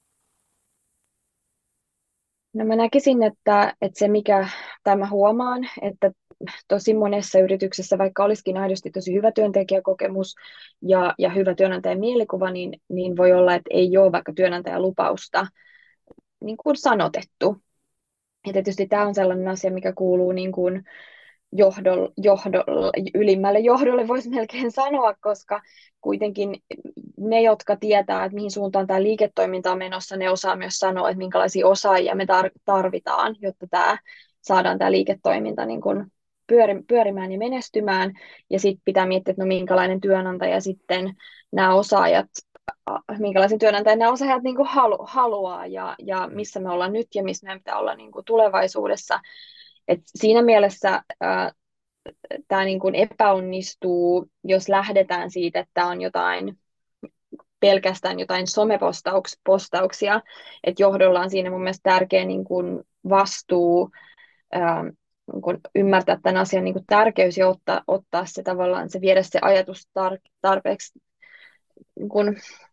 No mä näkisin, että, että se mikä tämä huomaan, että tosi monessa yrityksessä, vaikka olisikin aidosti tosi hyvä työntekijäkokemus ja, ja hyvä työnantajan mielikuva, niin, niin voi olla, että ei ole vaikka työnantajan lupausta niin kuin sanotettu. Ja tietysti tämä on sellainen asia, mikä kuuluu niin kuin johdolle, johdolle, ylimmälle johdolle, voisi melkein sanoa, koska kuitenkin ne, jotka tietää, että mihin suuntaan tämä liiketoiminta on menossa, ne osaa myös sanoa, että minkälaisia osaajia me tarvitaan, jotta tämä saadaan tämä liiketoiminta niin kuin pyörimään ja menestymään. Ja sitten pitää miettiä, että no minkälainen työnantaja sitten nämä osaajat, minkälaisen työnantajan nämä osaajat niin kuin halu, haluaa ja, ja missä me ollaan nyt ja missä meidän pitää olla niin kuin tulevaisuudessa. Et siinä mielessä ää, tämä niin kuin epäonnistuu, jos lähdetään siitä, että on jotain pelkästään jotain somepostauksia, että johdolla on siinä mun mielestä tärkeä niin kuin vastuu ää, niin kuin ymmärtää tämän asian niin kuin tärkeys ja ottaa, ottaa se tavallaan, se viedä se ajatus tar- tarpeeksi niin kuin,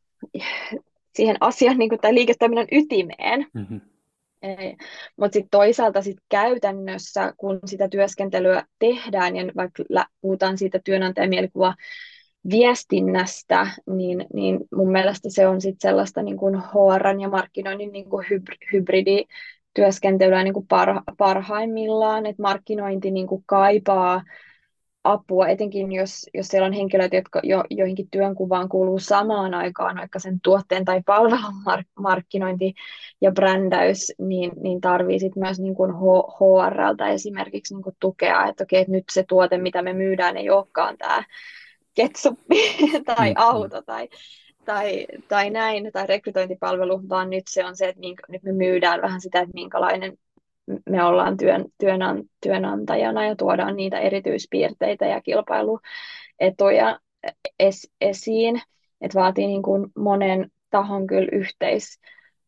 siihen asian niin kuin, tai liiketoiminnan ytimeen. Mm-hmm. Mutta sitten toisaalta sit käytännössä, kun sitä työskentelyä tehdään ja vaikka puhutaan siitä työnantajamielikuva viestinnästä, niin, niin mun mielestä se on sitten sellaista niin kuin H R ja markkinoinnin niin kuin hybridityöskentelyä niin kuin parha, parhaimmillaan, että markkinointi niin kuin kaipaa apua, etenkin jos, jos siellä on henkilöitä, jotka jo, joihinkin työnkuvaan kuuluu samaan aikaan, vaikka sen tuotteen tai palvelun markkinointi ja brändäys, niin, niin tarvii sit myös niin kuin H R:ltä esimerkiksi niin kuin tukea, että okei, että nyt se tuote, mitä me myydään, ei olekaan tämä ketsuppi tai auto tai, tai, tai näin, tai rekrytointipalvelu, vaan nyt se on se, että minkä, nyt me myydään vähän sitä, että minkälainen me ollaan työn, työnant, työnantajana ja tuodaan niitä erityispiirteitä ja kilpailuetuja es, esiin. Et vaatii niin kuin monen tahon kyllä yhteis,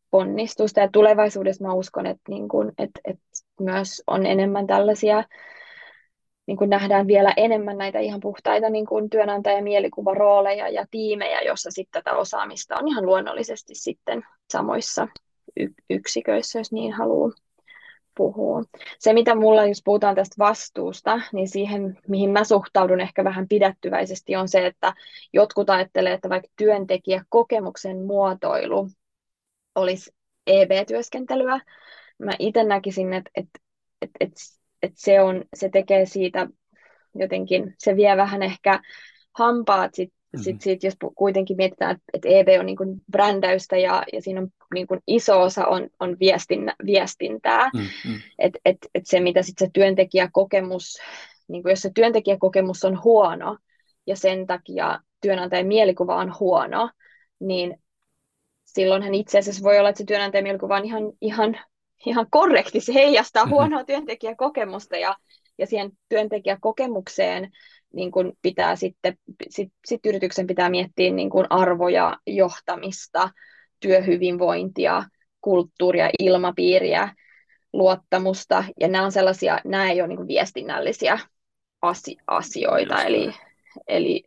ponnistusta. Ja tulevaisuudessa mä uskon, että, niin kuin, että, että myös on enemmän tällaisia, niin kuin nähdään vielä enemmän näitä ihan puhtaita niin kuin työnantajamielikuvārooleja ja tiimejä, jossa sitten tätä osaamista on ihan luonnollisesti sitten samoissa y- yksiköissä, jos niin haluaa puhua. Se, mitä mulla, jos puhutaan tästä vastuusta, niin siihen, mihin mä suhtaudun ehkä vähän pidättyväisesti, on se, että jotkut ajattelee, että vaikka työntekijäkokemuksen muotoilu olisi E B-työskentelyä. Mä itse näkisin, että, että, että, että, että se, on, se tekee siitä jotenkin, se vie vähän ehkä hampaat sit, Mm-hmm. sit, sit, jos kuitenkin mietitään, että, että E B on niin kuin brändäystä ja, ja siinä on niin kuin iso osa on, on viestin, viestintää. Mm-hmm. Että et, et se, mitä sitten se työntekijäkokemus, niin kuin jos se työntekijäkokemus on huono ja sen takia työnantajan mielikuva on huono, niin silloinhan itse asiassa voi olla, että se työnantajan mielikuva on ihan, ihan, ihan korrekti. Se heijastaa Mm-hmm. huonoa työntekijäkokemusta ja, ja siihen työntekijäkokemukseen niin kuin pitää sitten, sit, sit yrityksen pitää miettiä niin kuin arvoja, johtamista, työhyvinvointia, kulttuuria, ilmapiiriä, luottamusta. Ja nämä on sellaisia, nämä ei ole niin kuin viestinnällisiä asioita. Eli, eli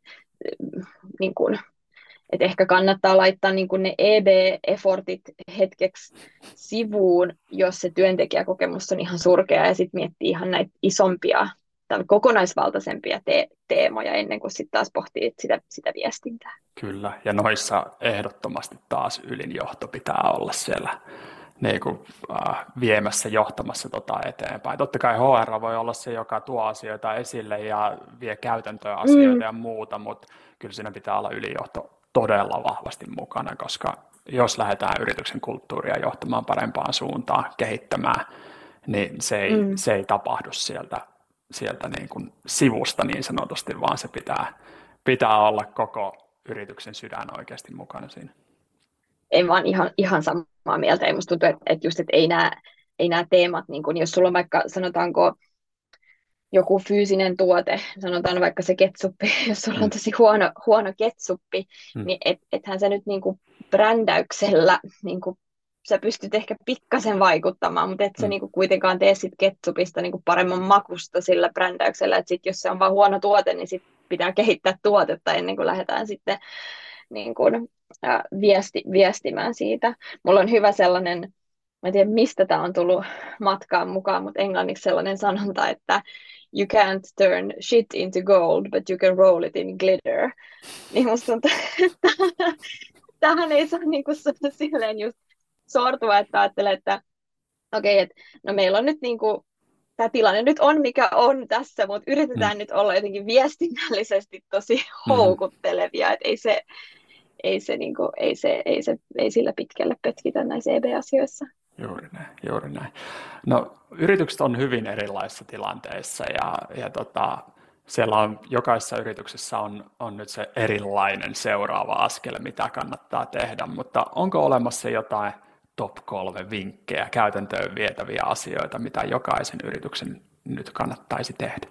niin kuin, että ehkä kannattaa laittaa niin kuin ne E B-effortit hetkeksi sivuun, jos se työntekijäkokemus on ihan surkea, ja sitten miettii ihan näitä isompia, kokonaisvaltaisempia te- teemoja ennen kuin sitten taas pohtii sitä, sitä viestintää. Kyllä, ja noissa ehdottomasti taas ylinjohto pitää olla siellä niin kuin, äh, viemässä, johtamassa tota eteenpäin. Totta kai H R voi olla se, joka tuo asioita esille ja vie käytäntöön asioita mm. ja muuta, mutta kyllä siinä pitää olla ylijohto todella vahvasti mukana, koska jos lähdetään yrityksen kulttuuria johtamaan parempaan suuntaan, kehittämään, niin se ei, mm. se ei tapahdu sieltä, sieltä niin kuin sivusta niin sanotusti, vaan se pitää, pitää olla koko yrityksen sydän oikeasti mukana siinä. En vaan ihan, ihan samaa mieltä. Ei musta tuntuu, että, että just, että ei nämä, ei nämä teemat, niin kun jos sulla on vaikka, sanotaanko, joku fyysinen tuote, sanotaan vaikka se ketsuppi, jos sulla on tosi huono, huono ketsuppi, hmm. niin et, ethän sä nyt niin kuin brändäyksellä, niin kuin, sä pystyt ehkä pikkasen vaikuttamaan, mutta et sä hmm. niin kuin kuitenkaan tee sit ketsupista niin kuin paremman makusta sillä brändäyksellä, että sit jos se on vaan huono tuote, niin sit pitää kehittää tuotetta ennen kuin lähdetään sitten niin kuin, äh, viesti, viestimään siitä. Mulla on hyvä sellainen, mä en tiedä mistä tämä on tullut matkaan mukaan, mutta englanniksi sellainen sanonta, että you can't turn shit into gold, but you can roll it in glitter. Niin musta tuntuu, että tähän ei saa niinku silleen just sortua, että ajattelee, että okei, okay, että no meillä on nyt niinku, tämä tilanne nyt on mikä on tässä, mutta yritetään mm. nyt olla jotenkin viestinnällisesti tosi houkuttelevia, mm. että ei se, ei se, niinku, ei se, ei se, ei sillä pitkälle pötkitä näissä E B-asioissa. Juuri näin, juuri näin. No, yritykset on hyvin erilaisissa tilanteissa ja, ja tota, siellä on, jokaisessa yrityksessä on, on nyt se erilainen seuraava askel, mitä kannattaa tehdä, mutta onko olemassa jotain top kolme vinkkejä, käytäntöön vietäviä asioita, mitä jokaisen yrityksen nyt kannattaisi tehdä?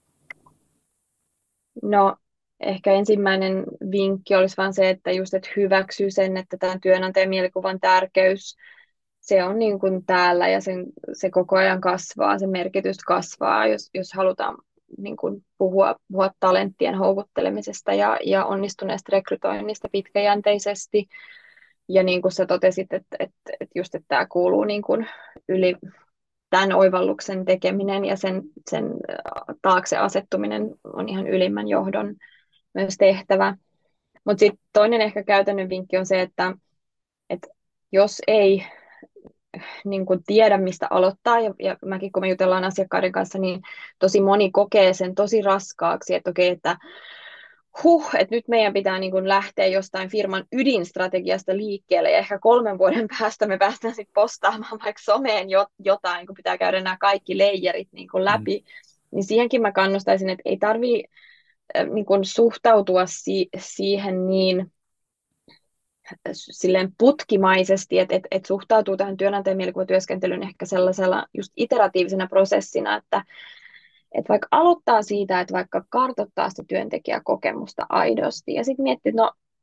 No, ehkä ensimmäinen vinkki olisi vain se, että just että hyväksyy sen, että tämän työnantajan mielikuvan tärkeys, se on niin kuin täällä ja sen, se koko ajan kasvaa, se merkitys kasvaa, jos, jos halutaan niin kuin puhua, puhua talenttien houkuttelemisesta ja, ja onnistuneesta rekrytoinnista pitkäjänteisesti. Ja niin kuin sä totesit, että, että, että just että tämä kuuluu niin kuin yli tämän oivalluksen tekeminen ja sen, sen taakse asettuminen on ihan ylimmän johdon myös tehtävä. Mutta sitten toinen ehkä käytännön vinkki on se, että, että jos ei niin kuin tiedä, mistä aloittaa, ja, ja mäkin kun me jutellaan asiakkaiden kanssa, niin tosi moni kokee sen tosi raskaaksi, että okei, että huh, että nyt meidän pitää niin kuin lähteä jostain firman ydinstrategiasta liikkeelle, ja ehkä kolmen vuoden päästä me päästään sitten postaamaan vaikka someen jotain, kun pitää käydä nämä kaikki leijerit niin kuin läpi, mm. niin siihenkin mä kannustaisin, että ei tarvitse niin kuin suhtautua si- siihen niin silleen putkimaisesti, että et, et suhtautuu tähän työnantajan mielikuvatyöskentelyyn ehkä sellaisella just iteratiivisena prosessina, että et vaikka aloittaa siitä, että vaikka kartoittaa sitä työntekijäkokemusta aidosti ja sitten miettii, että no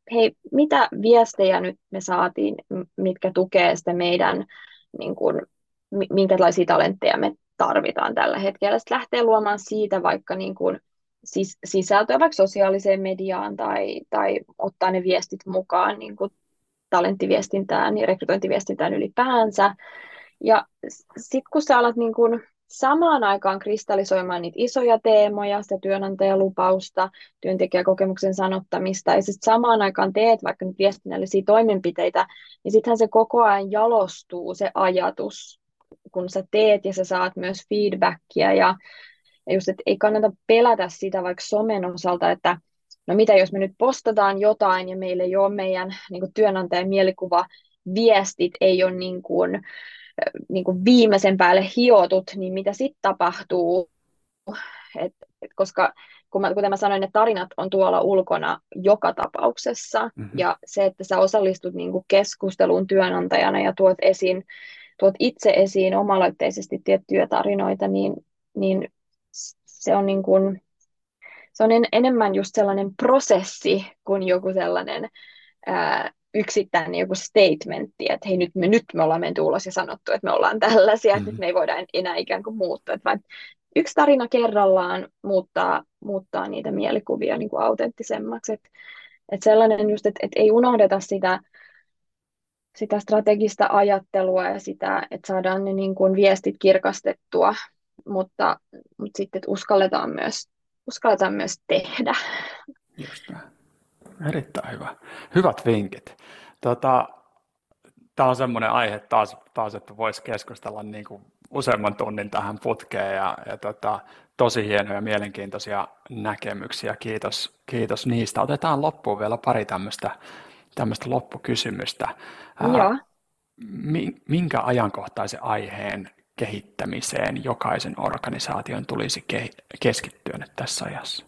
hei, mitä viestejä nyt me saatiin, mitkä tukee sitä meidän, niin kuin, minkälaisia talentteja me tarvitaan tällä hetkellä. Sitten lähtee luomaan siitä vaikka niin kuin, sis- sisältöä vaikka sosiaaliseen mediaan tai, tai ottaa ne viestit mukaan niin kuin talenttiviestintään ja rekrytointiviestintään ylipäänsä. Ja sitten kun sä alat niin kun samaan aikaan kristallisoimaan niitä isoja teemoja, sitä työnantajalupausta, työntekijäkokemuksen sanottamista, ja sitten samaan aikaan teet vaikka nyt viestinnällisiä toimenpiteitä, niin sittenhän se koko ajan jalostuu se ajatus, kun sä teet ja sä saat myös feedbackia, ja, ja just, että ei kannata pelätä sitä vaikka somen osalta, että no mitä jos me nyt postataan jotain ja meillä ei ole meidän niin kuin työnantajan mielikuva, viestit ei ole niin kuin, niin kuin viimeisen päälle hiotut, niin mitä sitten tapahtuu? Et, et koska kun mä, kuten mä sanoin, ne tarinat on tuolla ulkona joka tapauksessa. Mm-hmm. Ja se, että sä osallistut niin kuin keskusteluun työnantajana ja tuot, esiin, tuot itse esiin omaloitteisesti tiettyjä tarinoita, niin, niin se on niin kuin, se on en, enemmän just sellainen prosessi kuin joku sellainen ää, yksittäinen joku statementti, että hei nyt me, nyt me ollaan menty ulos ja sanottu, että me ollaan tällaisia, mm-hmm. että nyt me ei voida enää ikään kuin muuttaa. Että vaan yksi tarina kerrallaan muuttaa, muuttaa niitä mielikuvia niin kuin autenttisemmaksi. Että et sellainen just, että et ei unohdeta sitä, sitä strategista ajattelua ja sitä, että saadaan ne niin kuin viestit kirkastettua, mutta, mutta sitten että uskalletaan myös, uskalletaan myös tehdä. Just näin. Erittäin hyvä. Hyvät vinkit. Tota, tämä on semmoinen aihe taas, taas että voisi keskustella niin kuin useamman tunnin tähän putkeen ja, ja tota, tosi hienoja ja mielenkiintoisia näkemyksiä. Kiitos, kiitos niistä. Otetaan loppuun vielä pari tämmöistä, tämmöistä loppukysymystä. Joo. Minkä ajankohtaisen aiheen kehittämiseen jokaisen organisaation tulisi keskittyä nyt tässä ajassa?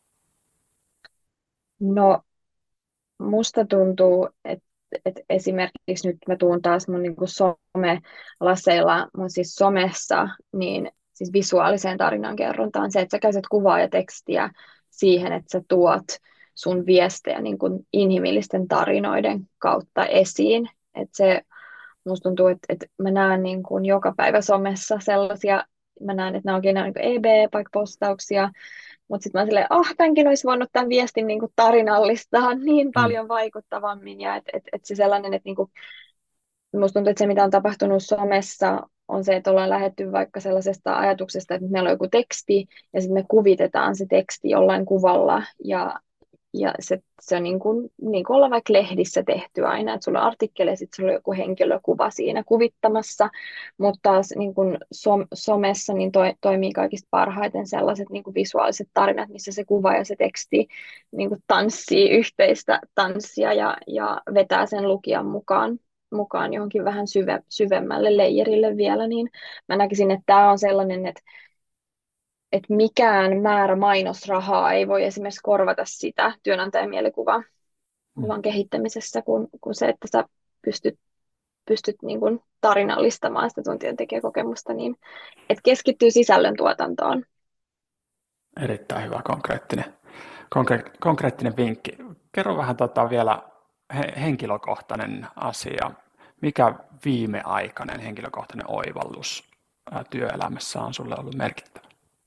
No, musta tuntuu, että, että esimerkiksi nyt mä tuun taas mun niin kuin some-laseilla, mun siis somessa, niin siis visuaaliseen tarinankerrontaan se, että sä käytät kuvaa ja tekstiä siihen, että sä tuot sun viestejä niin kuin inhimillisten tarinoiden kautta esiin. Että se, musta tuntuu, että, että mä näen niin kuin joka päivä somessa sellaisia, mä näen, että nämä onkin niin kuin E B-postauksia, mutta sitten mä silleen, ah, tämänkin olisi voinut tämän viestin niin kuin tarinallistaa niin paljon vaikuttavammin. Ja että et, et se sellainen, että niinku, musta tuntuu, että se mitä on tapahtunut somessa on se, että ollaan lähdetty vaikka sellaisesta ajatuksesta, että meillä on joku teksti ja sitten me kuvitetaan se teksti jollain kuvalla. Ja, ja se, se on niin kuin, niin kuin ollaan vaikka lehdissä tehty aina, että sulla on artikkeli ja sitten sulla on joku henkilökuva siinä kuvittamassa, mutta taas niin kuin som, somessa niin toi, toimii kaikista parhaiten sellaiset niin kuin visuaaliset tarinat, missä se kuva ja se teksti niin kuin tanssii yhteistä tanssia ja, ja vetää sen lukijan mukaan, mukaan johonkin vähän syve, syvemmälle leijerille vielä, niin mä näkisin, että tämä on sellainen, että että mikään määrä mainosrahaa ei voi esimerkiksi korvata sitä työnantajan mielikuvan mm. kehittämisessä, kun, kun se, että sä pystyt, pystyt niin kuin tarinallistamaan sitä sun työntekijäkokemusta, niin että keskittyy sisällön tuotantoon. Erittäin hyvä konkreettinen, konkre- konkreettinen vinkki. Kerro vähän tota vielä he, henkilökohtainen asia. Mikä viimeaikainen henkilökohtainen oivallus ää, työelämässä on sulle ollut merkittävä?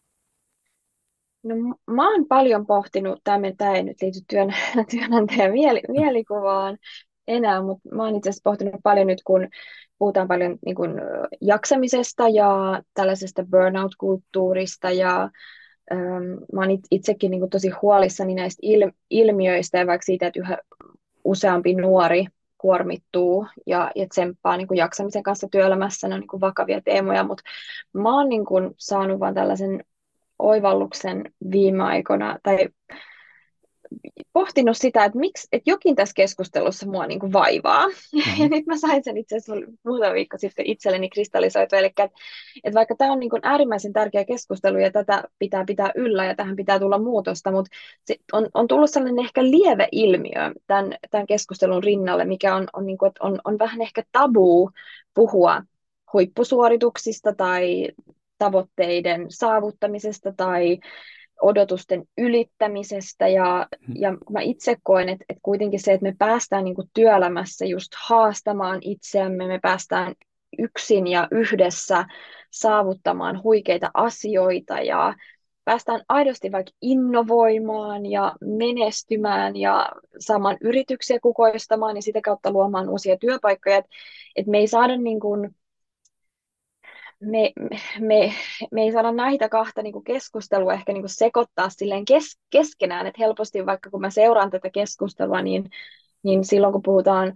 No, mä oon paljon pohtinut, tämä ei nyt liity työn, työnantajan mieli, mielikuvaan enää, mutta mä oon itse asiassa pohtinut paljon nyt, kun puhutaan paljon niin kun, jaksamisesta ja tällaisesta burnout-kulttuurista ja ähm, mä oon itsekin niin kun, tosi huolissani näistä il, ilmiöistä ja vaikka siitä, että yhä useampi nuori kuormittuu ja, ja tsemppaa niin kun, jaksamisen kanssa työelämässä, ne on niin kun, vakavia teemoja, mutta mä oon niin kun, saanut vaan tällaisen oivalluksen viime aikoina, tai pohtinut sitä, että miksi, että jokin tässä keskustelussa mua niin kuin vaivaa. Mm-hmm. Ja nyt mä sain sen itse asiassa muutama viikko sitten itselleni kristallisoitua. Eli että, että vaikka tämä on niin kuin äärimmäisen tärkeä keskustelu ja tätä pitää pitää yllä ja tähän pitää tulla muutosta, mutta se on, on tullut sellainen ehkä lieve ilmiö tämän, tämän keskustelun rinnalle, mikä on, on, niin kuin, että on, on vähän ehkä tabuu puhua huippusuorituksista tai tavoitteiden saavuttamisesta tai odotusten ylittämisestä ja, Mm. ja mä itse koen, että, että kuitenkin se, että me päästään niin kuin työelämässä just haastamaan itseämme, me päästään yksin ja yhdessä saavuttamaan huikeita asioita ja päästään aidosti vaikka innovoimaan ja menestymään ja saamaan yrityksiä kukoistamaan ja sitä kautta luomaan uusia työpaikkoja, että, että me ei saada niin kuin me, me, me ei saada näitä kahta niin kuin keskustelua ehkä niin kuin sekoittaa silleen kes, keskenään, että helposti vaikka kun mä seuraan tätä keskustelua, niin, niin silloin kun puhutaan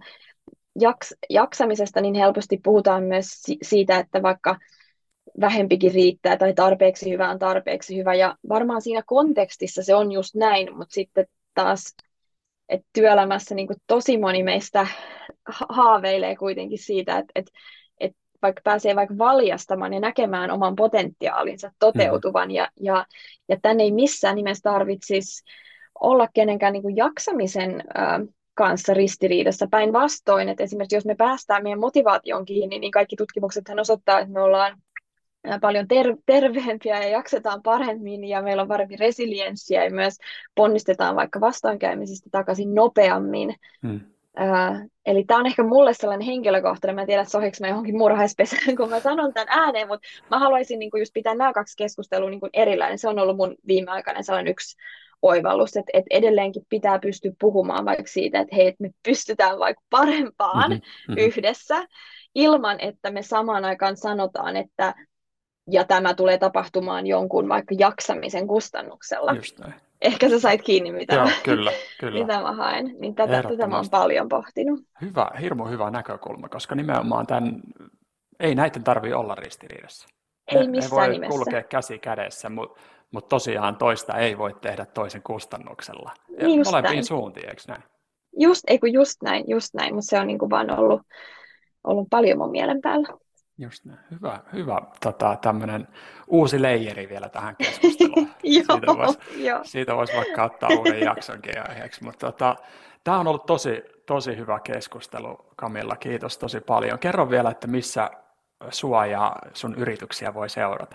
jaks, jaksamisesta, niin helposti puhutaan myös si, siitä, että vaikka vähempikin riittää tai tarpeeksi hyvä on tarpeeksi hyvä, ja varmaan siinä kontekstissa se on just näin, mutta sitten taas, että työelämässä niin kuin tosi moni meistä haaveilee kuitenkin siitä, että, että vaikka pääsee vaikka valjastamaan ja näkemään oman potentiaalinsa toteutuvan, mm. ja, ja, ja tänne ei missään nimessä tarvitsisi olla kenenkään niin kuin jaksamisen ä, kanssa ristiriidassa. Päinvastoin, että esimerkiksi jos me päästään meidän motivaation kiinni, niin kaikki tutkimuksethan osoittaa, että me ollaan paljon ter- terveempiä ja jaksetaan paremmin ja meillä on parempi resilienssiä ja myös ponnistetaan vaikka vastoinkäymisistä takaisin nopeammin. Mm. Uh, eli tämä on ehkä mulle sellainen henkilökohtainen, mä en tiedä sohiks mä johonkin murhaispesään, kun mä sanon tämän ääneen, mutta mä haluaisin niin kuin just pitää nämä kaksi keskustelua niin kuin erillään. Se on ollut mun viimeaikainen sellainen yksi oivallus, että, että edelleenkin pitää pystyä puhumaan vaikka siitä, että hei, että me pystytään vaikka parempaan mm-hmm. yhdessä, ilman että me samaan aikaan sanotaan, että ja tämä tulee tapahtumaan jonkun vaikka jaksamisen kustannuksella. Just näin. Ehkä sä sait kiinni, mitä, Joo, mä, kyllä, kyllä. mitä mä haen. Niin tätä, tätä mä oon paljon pohtinut. Hyvä, hirmu hyvä näkökulma, koska nimenomaan tämän, ei näiden tarvitse olla ristiriidassa. Ei ne, missään ne voi nimessä. kulkea käsi kädessä, mutta mut tosiaan toista ei voi tehdä toisen kustannuksella. Niin molempiin suuntiin, eikö näin? Just, ei kun just näin, just näin, mutta se on niin kuin vaan ollut, ollut paljon mun mielen päällä. Just näin. Hyvä, hyvä tota, tämmöinen uusi leijeri vielä tähän keskusteluun. siitä voisi siitä vois vaikka ottaa uuden jaksonkin aiheeksi. Mutta tota, tämä on ollut tosi, tosi hyvä keskustelu, Camilla. Kiitos tosi paljon. Kerro vielä, että missä sua ja sun yrityksiä voi seurata.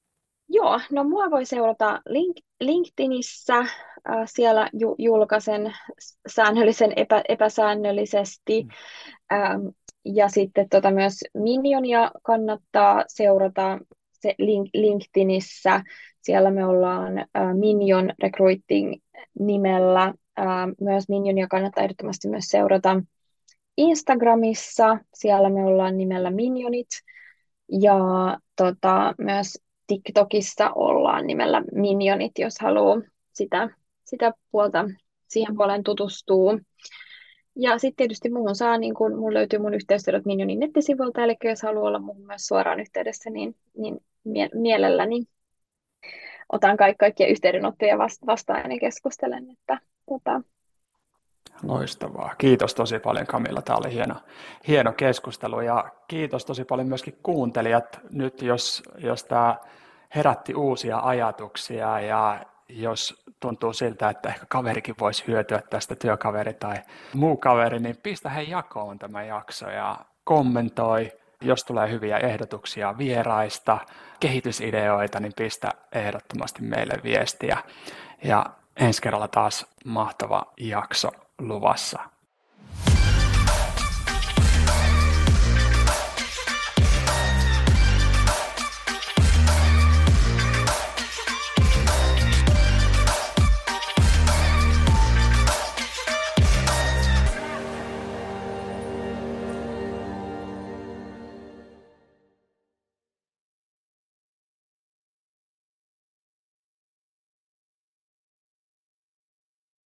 Joo, no mua voi seurata link, LinkedInissä. Äh, siellä ju, julkaisen säännöllisen epä, epäsäännöllisesti. Mm. Ähm, Ja sitten tota myös Minionia kannattaa seurata se link, LinkedInissä. Siellä me ollaan äh, Minion Recruiting nimellä. Äh, myös Minionia kannattaa ehdottomasti myös seurata Instagramissa. Siellä me ollaan nimellä Minionit. Ja tota, myös TikTokissa ollaan nimellä Minionit, jos haluaa sitä, sitä puolta, siihen puoleen tutustua. Ja sitten tietysti muuhun saa, niin kun mun löytyy mun yhteystiedot Minionin nettisivuilta, eli jos haluaa olla muuhun myös suoraan yhteydessä, niin, niin mie- mielelläni otan kaikki, kaikkia yhteydenottoja vastaan ja keskustelen. Että, tota. Loistavaa. Kiitos tosi paljon, Camilla. Tämä oli hieno, hieno keskustelu ja kiitos tosi paljon myöskin kuuntelijat. Nyt jos, jos tämä herätti uusia ajatuksia ja jos tuntuu siltä, että ehkä kaverikin voisi hyötyä tästä, työkaveri tai muu kaveri, niin pistä he jakoon tämä jakso ja kommentoi. Jos tulee hyviä ehdotuksia vieraista, kehitysideoita, niin pistä ehdottomasti meille viestiä. Ja ensi kerralla taas mahtava jakso luvassa.